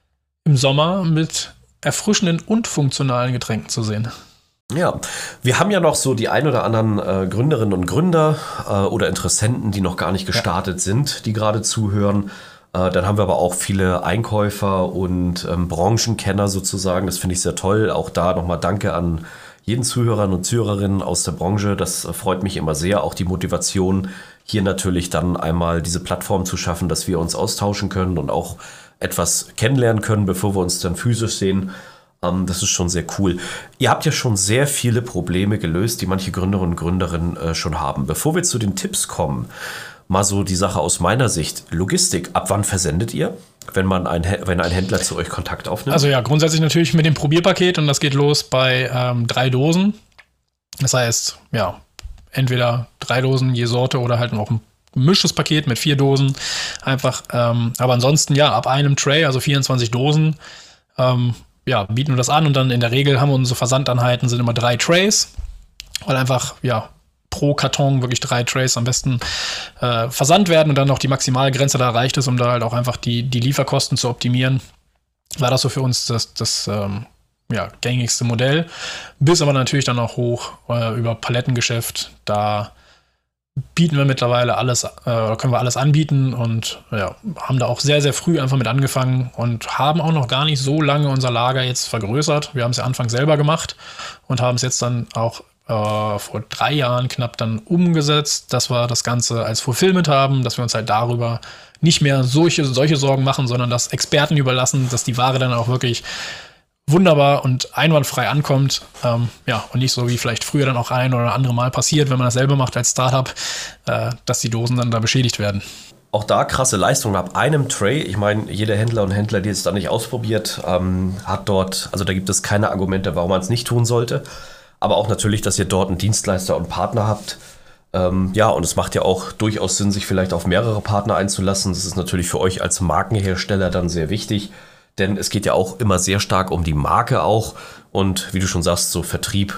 im Sommer mit erfrischenden und funktionalen Getränken zu sehen. Ja, wir haben ja noch so die ein oder anderen Gründerinnen und Gründer oder Interessenten, die noch gar nicht gestartet sind, die gerade zuhören. Dann haben wir aber auch viele Einkäufer und Branchenkenner sozusagen. Das finde ich sehr toll. Auch da nochmal Danke an jeden Zuhörer und Zuhörerinnen aus der Branche. Das freut mich immer sehr. Auch die Motivation, hier natürlich dann einmal diese Plattform zu schaffen, dass wir uns austauschen können und auch etwas kennenlernen können, bevor wir uns dann physisch sehen. Das ist schon sehr cool. Ihr habt ja schon sehr viele Probleme gelöst, die manche Gründerinnen und Gründer schon haben. Bevor wir zu den Tipps kommen, mal so die Sache aus meiner Sicht. Logistik, ab wann versendet ihr, wenn ein Händler zu euch Kontakt aufnimmt? Also ja, grundsätzlich natürlich mit dem Probierpaket und das geht los bei 3 Dosen. Das heißt, ja, entweder 3 Dosen je Sorte oder halt noch ein gemischtes Paket mit 4 Dosen. Einfach, aber ansonsten ja, ab einem Tray, also 24 Dosen, bieten wir das an und dann in der Regel haben wir unsere Versandeinheiten sind immer 3 Trays, weil einfach, ja, pro Karton wirklich 3 Trays am besten versandt werden und dann noch die Maximalgrenze da erreicht ist, um da halt auch einfach die Lieferkosten zu optimieren. War das so für uns das gängigste Modell. Bis aber natürlich dann auch hoch über Palettengeschäft. Da bieten wir mittlerweile alles, können wir alles anbieten und ja, haben da auch sehr, sehr früh einfach mit angefangen und haben auch noch gar nicht so lange unser Lager jetzt vergrößert. Wir haben es ja Anfang selber gemacht und haben es jetzt dann auch vor 3 Jahren knapp dann umgesetzt, dass wir das Ganze als Fulfillment haben, dass wir uns halt darüber nicht mehr solche Sorgen machen, sondern das Experten überlassen, dass die Ware dann auch wirklich wunderbar und einwandfrei ankommt. Und nicht so wie vielleicht früher dann auch ein oder andere Mal passiert, wenn man das selber macht als Startup, dass die Dosen dann da beschädigt werden. Auch da krasse Leistung ab einem Tray. Ich meine, jeder Händler und Händler, die es da nicht ausprobiert, hat dort, also da gibt es keine Argumente, warum man es nicht tun sollte. Aber auch natürlich, dass ihr dort einen Dienstleister und Partner habt. Und es macht ja auch durchaus Sinn, sich vielleicht auf mehrere Partner einzulassen. Das ist natürlich für euch als Markenhersteller dann sehr wichtig, denn es geht ja auch immer sehr stark um die Marke auch. Und wie du schon sagst, so Vertrieb,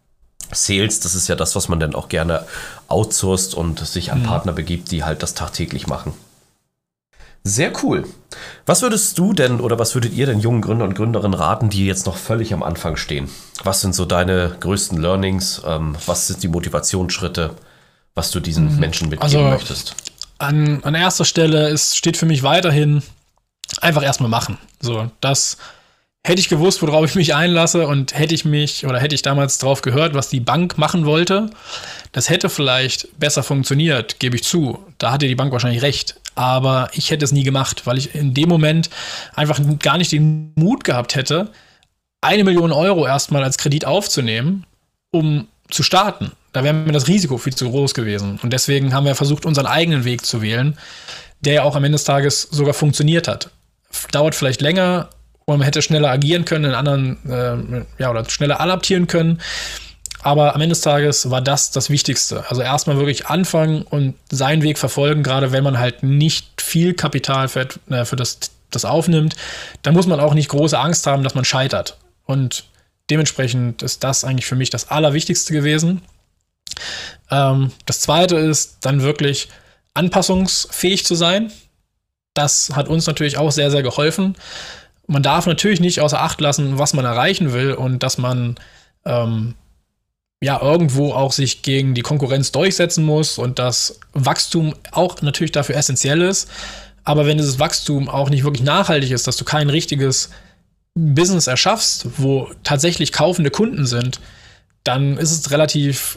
Sales, das ist ja das, was man dann auch gerne outsourced und sich an Partner begibt, die halt das tagtäglich machen. Sehr cool. Was würdest du denn oder was würdet ihr denn jungen Gründer und Gründerinnen raten, die jetzt noch völlig am Anfang stehen? Was sind so deine größten Learnings? Was sind die Motivationsschritte, was du diesen Menschen mitgeben möchtest? An erster Stelle steht für mich weiterhin einfach erstmal machen. So, das hätte ich gewusst, worauf ich mich einlasse und hätte ich damals drauf gehört, was die Bank machen wollte, das hätte vielleicht besser funktioniert, gebe ich zu. Da hatte die Bank wahrscheinlich recht. Aber ich hätte es nie gemacht, weil ich in dem Moment einfach gar nicht den Mut gehabt hätte, 1 Million Euro erstmal als Kredit aufzunehmen, um zu starten. Da wäre mir das Risiko viel zu groß gewesen. Und deswegen haben wir versucht, unseren eigenen Weg zu wählen, der ja auch am Ende des Tages sogar funktioniert hat. Dauert vielleicht länger und man hätte schneller agieren können, in anderen, oder schneller adaptieren können. Aber am Ende des Tages war das Wichtigste. Also erstmal wirklich anfangen und seinen Weg verfolgen, gerade wenn man halt nicht viel Kapital für das das aufnimmt, dann muss man auch nicht große Angst haben, dass man scheitert. Und dementsprechend ist das eigentlich für mich das Allerwichtigste gewesen. Das Zweite ist dann wirklich anpassungsfähig zu sein. Das hat uns natürlich auch sehr, sehr geholfen. Man darf natürlich nicht außer Acht lassen, was man erreichen will und dass man irgendwo auch sich gegen die Konkurrenz durchsetzen muss und dass Wachstum auch natürlich dafür essentiell ist. Aber wenn dieses Wachstum auch nicht wirklich nachhaltig ist, dass du kein richtiges Business erschaffst, wo tatsächlich kaufende Kunden sind, dann ist es relativ,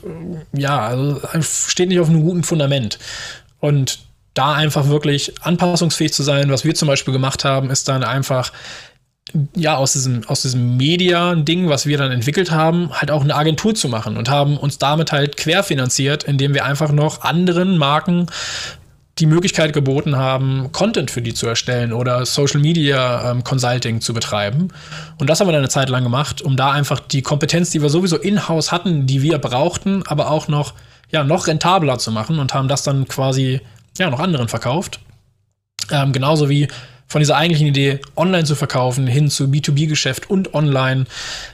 steht nicht auf einem guten Fundament. Und da einfach wirklich anpassungsfähig zu sein, was wir zum Beispiel gemacht haben, ist dann einfach aus diesem Media-Ding, was wir dann entwickelt haben, halt auch eine Agentur zu machen und haben uns damit halt querfinanziert, indem wir einfach noch anderen Marken die Möglichkeit geboten haben, Content für die zu erstellen oder Social Media Consulting zu betreiben. Und das haben wir dann eine Zeit lang gemacht, um da einfach die Kompetenz, die wir sowieso in-house hatten, die wir brauchten, aber auch noch rentabler zu machen und haben das dann quasi noch anderen verkauft. Genauso wie von dieser eigentlichen Idee, online zu verkaufen, hin zu B2B-Geschäft und online,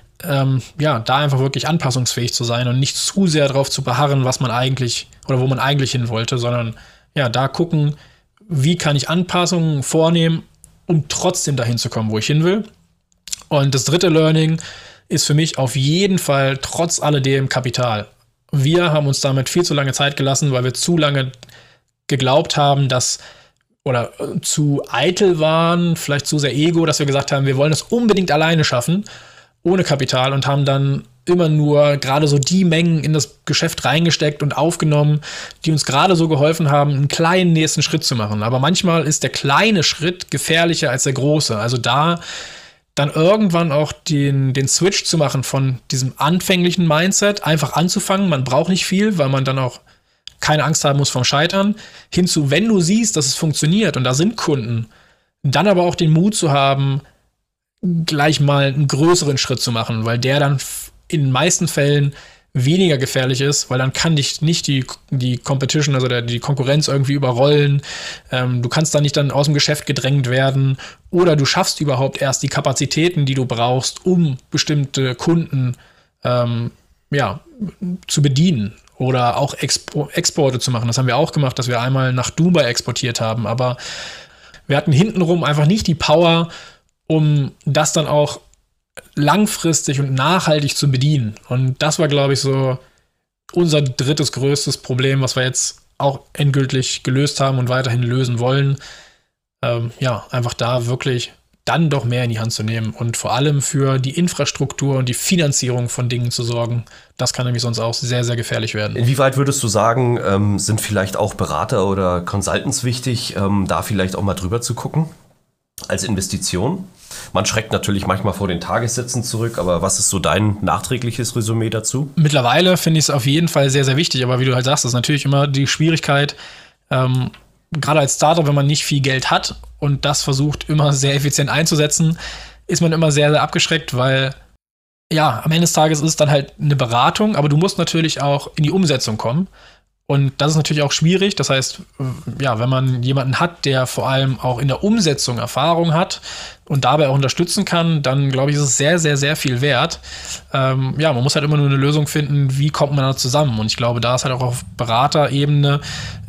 da einfach wirklich anpassungsfähig zu sein und nicht zu sehr darauf zu beharren, was man eigentlich oder wo man eigentlich hin wollte, sondern da gucken, wie kann ich Anpassungen vornehmen, um trotzdem dahin zu kommen, wo ich hin will. Und das dritte Learning ist für mich auf jeden Fall trotz alledem Kapital. Wir haben uns damit viel zu lange Zeit gelassen, weil wir zu lange geglaubt haben, oder zu eitel waren, vielleicht zu sehr Ego, dass wir gesagt haben, wir wollen das unbedingt alleine schaffen, ohne Kapital, und haben dann immer nur gerade so die Mengen in das Geschäft reingesteckt und aufgenommen, die uns gerade so geholfen haben, einen kleinen nächsten Schritt zu machen. Aber manchmal ist der kleine Schritt gefährlicher als der große. Also da dann irgendwann auch den Switch zu machen von diesem anfänglichen Mindset, einfach anzufangen, man braucht nicht viel, weil man dann auch keine Angst haben muss vom Scheitern, hinzu, wenn du siehst, dass es funktioniert und da sind Kunden, dann aber auch den Mut zu haben, gleich mal einen größeren Schritt zu machen, weil der dann in den meisten Fällen weniger gefährlich ist, weil dann kann dich nicht die Competition, also die Konkurrenz irgendwie überrollen. Du kannst da nicht dann aus dem Geschäft gedrängt werden oder du schaffst überhaupt erst die Kapazitäten, die du brauchst, um bestimmte Kunden zu bedienen oder auch Exporte zu machen. Das haben wir auch gemacht, dass wir einmal nach Dubai exportiert haben, aber wir hatten hintenrum einfach nicht die Power, um das dann auch langfristig und nachhaltig zu bedienen. Und das war, glaube ich, so unser drittes größtes Problem, was wir jetzt auch endgültig gelöst haben und weiterhin lösen wollen. Einfach da wirklich dann doch mehr in die Hand zu nehmen und vor allem für die Infrastruktur und die Finanzierung von Dingen zu sorgen. Das kann nämlich sonst auch sehr, sehr gefährlich werden. Inwieweit würdest du sagen, sind vielleicht auch Berater oder Consultants wichtig, da vielleicht auch mal drüber zu gucken als Investition? Man schreckt natürlich manchmal vor den Tagessätzen zurück, aber was ist so dein nachträgliches Resümee dazu? Mittlerweile finde ich es auf jeden Fall sehr, sehr wichtig, aber wie du halt sagst, ist natürlich immer die Schwierigkeit, gerade als Startup, wenn man nicht viel Geld hat und das versucht immer sehr effizient einzusetzen, ist man immer sehr, sehr abgeschreckt, weil am Ende des Tages ist es dann halt eine Beratung, aber du musst natürlich auch in die Umsetzung kommen. Und das ist natürlich auch schwierig. Das heißt, wenn man jemanden hat, der vor allem auch in der Umsetzung Erfahrung hat und dabei auch unterstützen kann, dann glaube ich, ist es sehr, sehr, sehr viel wert. Man muss halt immer nur eine Lösung finden, wie kommt man da zusammen. Und ich glaube, da ist halt auch auf Beraterebene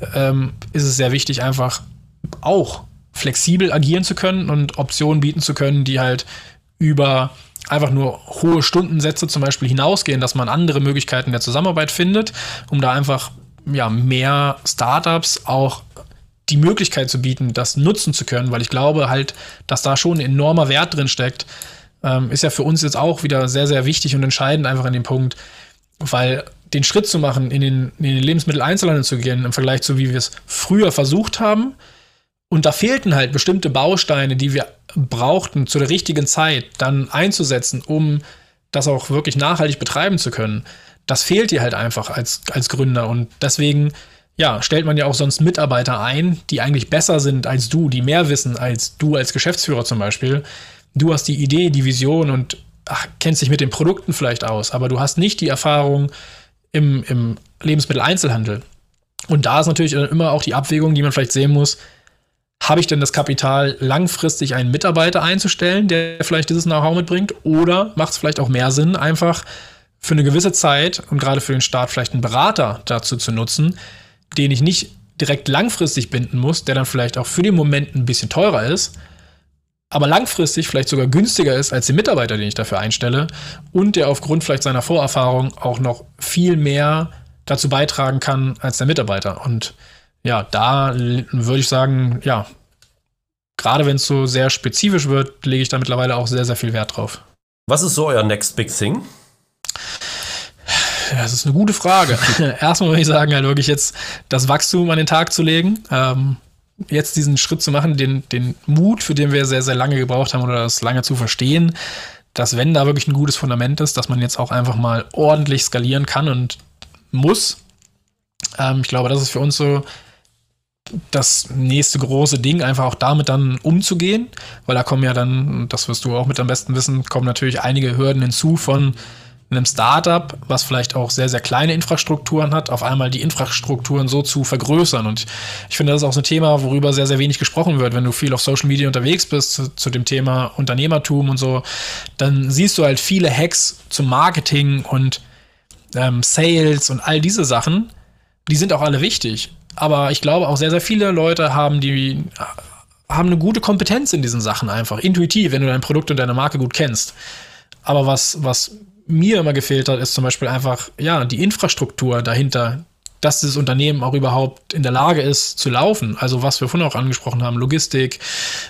ist es sehr wichtig, einfach auch flexibel agieren zu können und Optionen bieten zu können, die halt über einfach nur hohe Stundensätze zum Beispiel hinausgehen, dass man andere Möglichkeiten der Zusammenarbeit findet, um da einfach mehr Startups auch die Möglichkeit zu bieten, das nutzen zu können, weil ich glaube halt, dass da schon ein enormer Wert drin steckt. Ist ja für uns jetzt auch wieder sehr, sehr wichtig und entscheidend einfach an dem Punkt, weil den Schritt zu machen, in den Lebensmitteleinzelhandel zu gehen, im Vergleich zu wie wir es früher versucht haben, und da fehlten halt bestimmte Bausteine, die wir brauchten, zu der richtigen Zeit dann einzusetzen, um das auch wirklich nachhaltig betreiben zu können. Das fehlt dir halt einfach als Gründer. Und deswegen, stellt man ja auch sonst Mitarbeiter ein, die eigentlich besser sind als du, die mehr wissen als du als Geschäftsführer zum Beispiel. Du hast die Idee, die Vision und kennst dich mit den Produkten vielleicht aus, aber du hast nicht die Erfahrung im Lebensmitteleinzelhandel. Und da ist natürlich immer auch die Abwägung, die man vielleicht sehen muss, habe ich denn das Kapital, langfristig einen Mitarbeiter einzustellen, der vielleicht dieses Know-how mitbringt? Oder macht es vielleicht auch mehr Sinn, einfach für eine gewisse Zeit und gerade für den Start vielleicht einen Berater dazu zu nutzen, den ich nicht direkt langfristig binden muss, der dann vielleicht auch für den Moment ein bisschen teurer ist, aber langfristig vielleicht sogar günstiger ist als der Mitarbeiter, den ich dafür einstelle und der aufgrund vielleicht seiner Vorerfahrung auch noch viel mehr dazu beitragen kann als der Mitarbeiter. Und ja, da würde ich sagen, ja, gerade wenn es so sehr spezifisch wird, lege ich da mittlerweile auch sehr, sehr viel Wert drauf. Was ist so euer Next Big Thing? Das ist eine gute Frage. Erstmal würde ich sagen, halt wirklich jetzt das Wachstum an den Tag zu legen. Jetzt diesen Schritt zu machen, den Mut, für den wir sehr, sehr lange gebraucht haben oder das lange zu verstehen, dass wenn da wirklich ein gutes Fundament ist, dass man jetzt auch einfach mal ordentlich skalieren kann und muss. Ich glaube, das ist für uns so das nächste große Ding, einfach auch damit dann umzugehen, weil da kommen ja dann, das wirst du auch mit am besten wissen, kommen natürlich einige Hürden hinzu von einem Startup, was vielleicht auch sehr, sehr kleine Infrastrukturen hat, auf einmal die Infrastrukturen so zu vergrößern. Und ich finde, das ist auch so ein Thema, worüber sehr, sehr wenig gesprochen wird. Wenn du viel auf Social Media unterwegs bist zu dem Thema Unternehmertum und so, dann siehst du halt viele Hacks zum Marketing und Sales und all diese Sachen. Die sind auch alle wichtig. Aber ich glaube auch sehr, sehr viele Leute haben eine gute Kompetenz in diesen Sachen einfach. Intuitiv, wenn du dein Produkt und deine Marke gut kennst. Aber was mir immer gefehlt hat, ist zum Beispiel einfach, ja, die Infrastruktur dahinter, dass das Unternehmen auch überhaupt in der Lage ist zu laufen. Also was wir vorhin auch angesprochen haben, Logistik,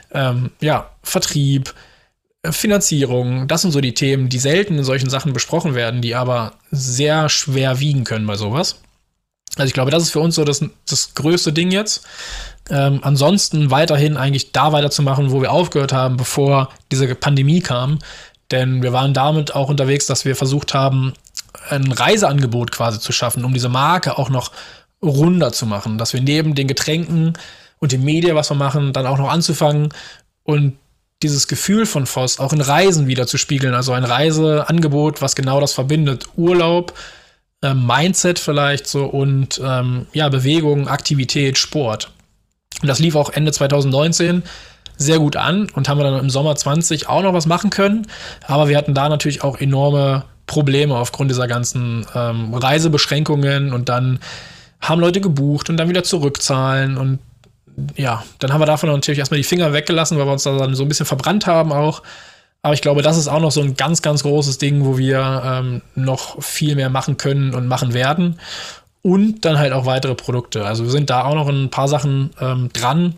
Vertrieb, Finanzierung, das sind so die Themen, die selten in solchen Sachen besprochen werden, die aber sehr schwer wiegen können bei sowas. Also ich glaube, das ist für uns so das größte Ding jetzt. Ansonsten weiterhin eigentlich da weiterzumachen, wo wir aufgehört haben, bevor diese Pandemie kam. Denn wir waren damit auch unterwegs, dass wir versucht haben, ein Reiseangebot quasi zu schaffen, um diese Marke auch noch runder zu machen. Dass wir neben den Getränken und dem Media, was wir machen, dann auch noch anzufangen und dieses Gefühl von Voss auch in Reisen wieder zu spiegeln. Also ein Reiseangebot, was genau das verbindet. Urlaub, Mindset vielleicht so und Bewegung, Aktivität, Sport. Und das lief auch Ende 2019 sehr gut an und haben wir dann im Sommer 20 auch noch was machen können. Aber wir hatten da natürlich auch enorme Probleme aufgrund dieser ganzen Reisebeschränkungen und dann haben Leute gebucht und dann wieder zurückzahlen und ja, dann haben wir davon natürlich erstmal die Finger weggelassen, weil wir uns da dann so ein bisschen verbrannt haben auch. Aber ich glaube, das ist auch noch so ein ganz, ganz großes Ding, wo wir noch viel mehr machen können und machen werden. Und dann halt auch weitere Produkte. Also wir sind da auch noch ein paar Sachen dran.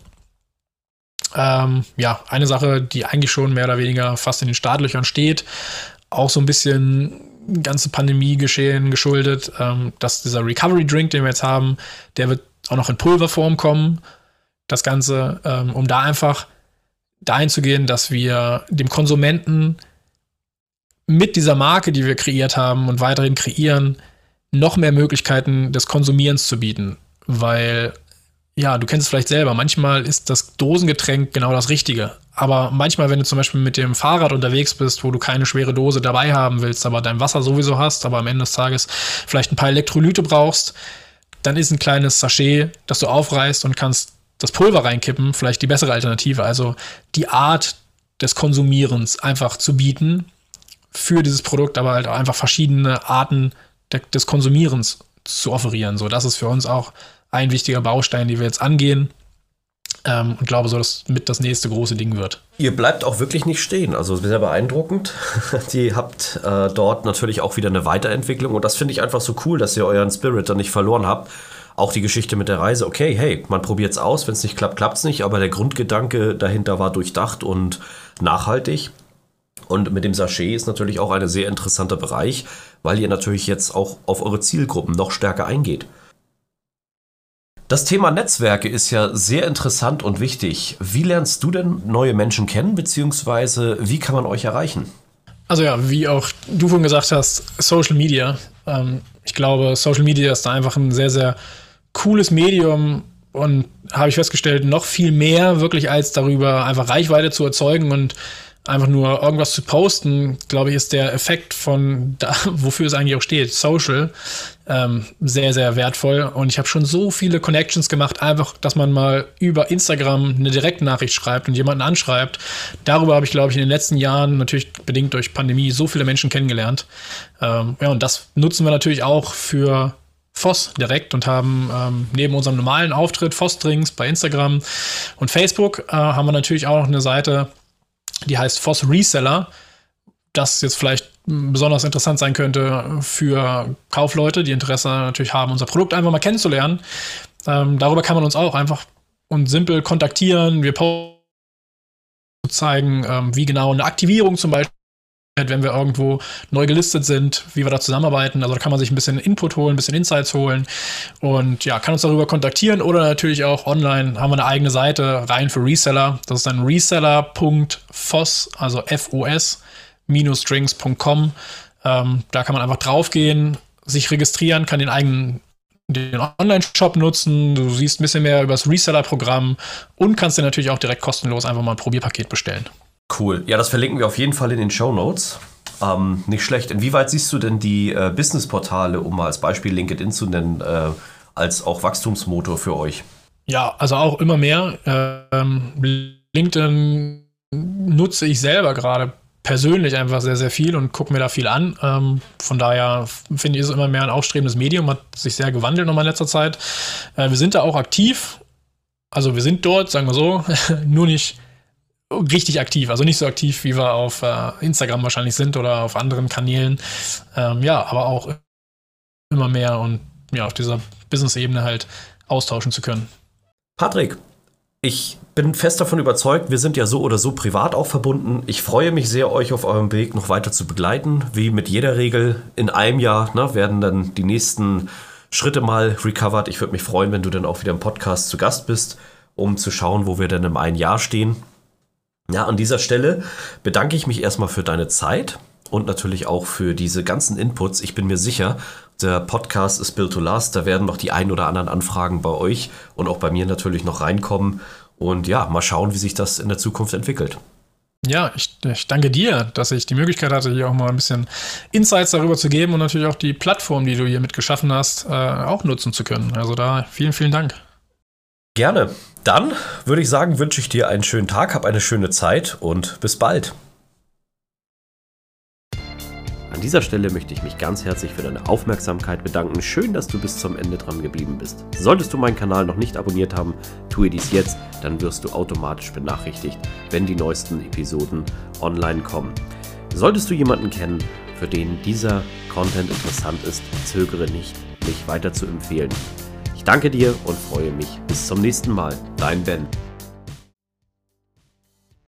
Eine Sache, die eigentlich schon mehr oder weniger fast in den Startlöchern steht, auch so ein bisschen ganze Pandemie-Geschehen geschuldet, dass dieser Recovery-Drink, den wir jetzt haben, der wird auch noch in Pulverform kommen. Das Ganze, um da einfach dahin zu gehen, dass wir dem Konsumenten mit dieser Marke, die wir kreiert haben und weiterhin kreieren, noch mehr Möglichkeiten des Konsumierens zu bieten. Weil, ja, du kennst es vielleicht selber, manchmal ist das Dosengetränk genau das Richtige. Aber manchmal, wenn du zum Beispiel mit dem Fahrrad unterwegs bist, wo du keine schwere Dose dabei haben willst, aber dein Wasser sowieso hast, aber am Ende des Tages vielleicht ein paar Elektrolyte brauchst, dann ist ein kleines Sachet, das du aufreißt und kannst das Pulver reinkippen, vielleicht die bessere Alternative. Also die Art des Konsumierens einfach zu bieten für dieses Produkt, aber halt auch einfach verschiedene Arten des Konsumierens zu offerieren. So, das ist für uns auch ein wichtiger Baustein, den wir jetzt angehen. Und glaube, so dass mit das nächste große Ding wird. Ihr bleibt auch wirklich nicht stehen, also sehr beeindruckend. Ihr habt dort natürlich auch wieder eine Weiterentwicklung und das finde ich einfach so cool, dass ihr euren Spirit dann nicht verloren habt. Auch die Geschichte mit der Reise, okay, hey, man probiert es aus, wenn es nicht klappt, klappt es nicht, aber der Grundgedanke dahinter war durchdacht und nachhaltig. Und mit dem Sachet ist natürlich auch ein sehr interessanter Bereich, weil ihr natürlich jetzt auch auf eure Zielgruppen noch stärker eingeht. Das Thema Netzwerke ist ja sehr interessant und wichtig. Wie lernst du denn neue Menschen kennen, beziehungsweise wie kann man euch erreichen? Also ja, wie auch du vorhin gesagt hast, Social Media. Ich glaube, Social Media ist da einfach ein sehr, sehr cooles Medium und habe ich festgestellt, noch viel mehr wirklich als darüber einfach Reichweite zu erzeugen und einfach nur irgendwas zu posten, glaube ich, ist der Effekt von da, wofür es eigentlich auch steht, Social, sehr, sehr wertvoll. Und ich habe schon so viele Connections gemacht, einfach, dass man mal über Instagram eine Direktnachricht schreibt und jemanden anschreibt. Darüber habe ich, glaube ich, in den letzten Jahren, natürlich bedingt durch Pandemie, so viele Menschen kennengelernt. Und das nutzen wir natürlich auch für Voss direkt und haben neben unserem normalen Auftritt Voss-Drinks bei Instagram und Facebook haben wir natürlich auch noch eine Seite, die heißt Voss Reseller, das jetzt vielleicht besonders interessant sein könnte für Kaufleute, die Interesse natürlich haben, unser Produkt einfach mal kennenzulernen. Darüber kann man uns auch einfach und simpel kontaktieren. Wir zeigen, wie genau eine Aktivierung zum Beispiel, wenn wir irgendwo neu gelistet sind, wie wir da zusammenarbeiten. Also da kann man sich ein bisschen Input holen, ein bisschen Insights holen und ja, kann uns darüber kontaktieren oder natürlich auch online haben wir eine eigene Seite rein für Reseller. Das ist dann reseller.foss, also FOS-drinks.com. Da kann man einfach draufgehen, sich registrieren, kann den Online-Shop nutzen. Du siehst ein bisschen mehr über das Reseller-Programm und kannst dir natürlich auch direkt kostenlos einfach mal ein Probierpaket bestellen. Cool. Ja, das verlinken wir auf jeden Fall in den Shownotes. Nicht schlecht. Inwieweit siehst du denn die Business-Portale, um mal als Beispiel LinkedIn zu nennen, als auch Wachstumsmotor für euch? Ja, also auch immer mehr. LinkedIn nutze ich selber gerade persönlich einfach sehr, sehr viel und gucke mir da viel an. Von daher finde ich es immer mehr ein aufstrebendes Medium, hat sich sehr gewandelt nochmal in letzter Zeit. Wir sind da auch aktiv. Also wir sind dort, sagen wir so, nur nicht richtig aktiv, also nicht so aktiv, wie wir auf Instagram wahrscheinlich sind oder auf anderen Kanälen. Aber auch immer mehr und ja, auf dieser Business-Ebene halt austauschen zu können. Patrick, ich bin fest davon überzeugt, wir sind ja so oder so privat auch verbunden. Ich freue mich sehr, euch auf eurem Weg noch weiter zu begleiten. Wie mit jeder Regel, in einem Jahr werden dann die nächsten Schritte mal recovered. Ich würde mich freuen, wenn du dann auch wieder im Podcast zu Gast bist, um zu schauen, wo wir dann im einen Jahr stehen. Ja, an dieser Stelle bedanke ich mich erstmal für deine Zeit und natürlich auch für diese ganzen Inputs. Ich bin mir sicher, der Podcast ist built to last. Da werden noch die ein oder anderen Anfragen bei euch und auch bei mir natürlich noch reinkommen. Und ja, mal schauen, wie sich das in der Zukunft entwickelt. Ja, ich danke dir, dass ich die Möglichkeit hatte, hier auch mal ein bisschen Insights darüber zu geben und natürlich auch die Plattform, die du hier mit geschaffen hast, auch nutzen zu können. Also da vielen, vielen Dank. Gerne. Dann würde ich sagen, wünsche ich dir einen schönen Tag, hab eine schöne Zeit und bis bald. An dieser Stelle möchte ich mich ganz herzlich für deine Aufmerksamkeit bedanken. Schön, dass du bis zum Ende dran geblieben bist. Solltest du meinen Kanal noch nicht abonniert haben, tue dies jetzt, dann wirst du automatisch benachrichtigt, wenn die neuesten Episoden online kommen. Solltest du jemanden kennen, für den dieser Content interessant ist, zögere nicht, mich weiter zu empfehlen. Ich danke dir und freue mich. Bis zum nächsten Mal. Dein Ben.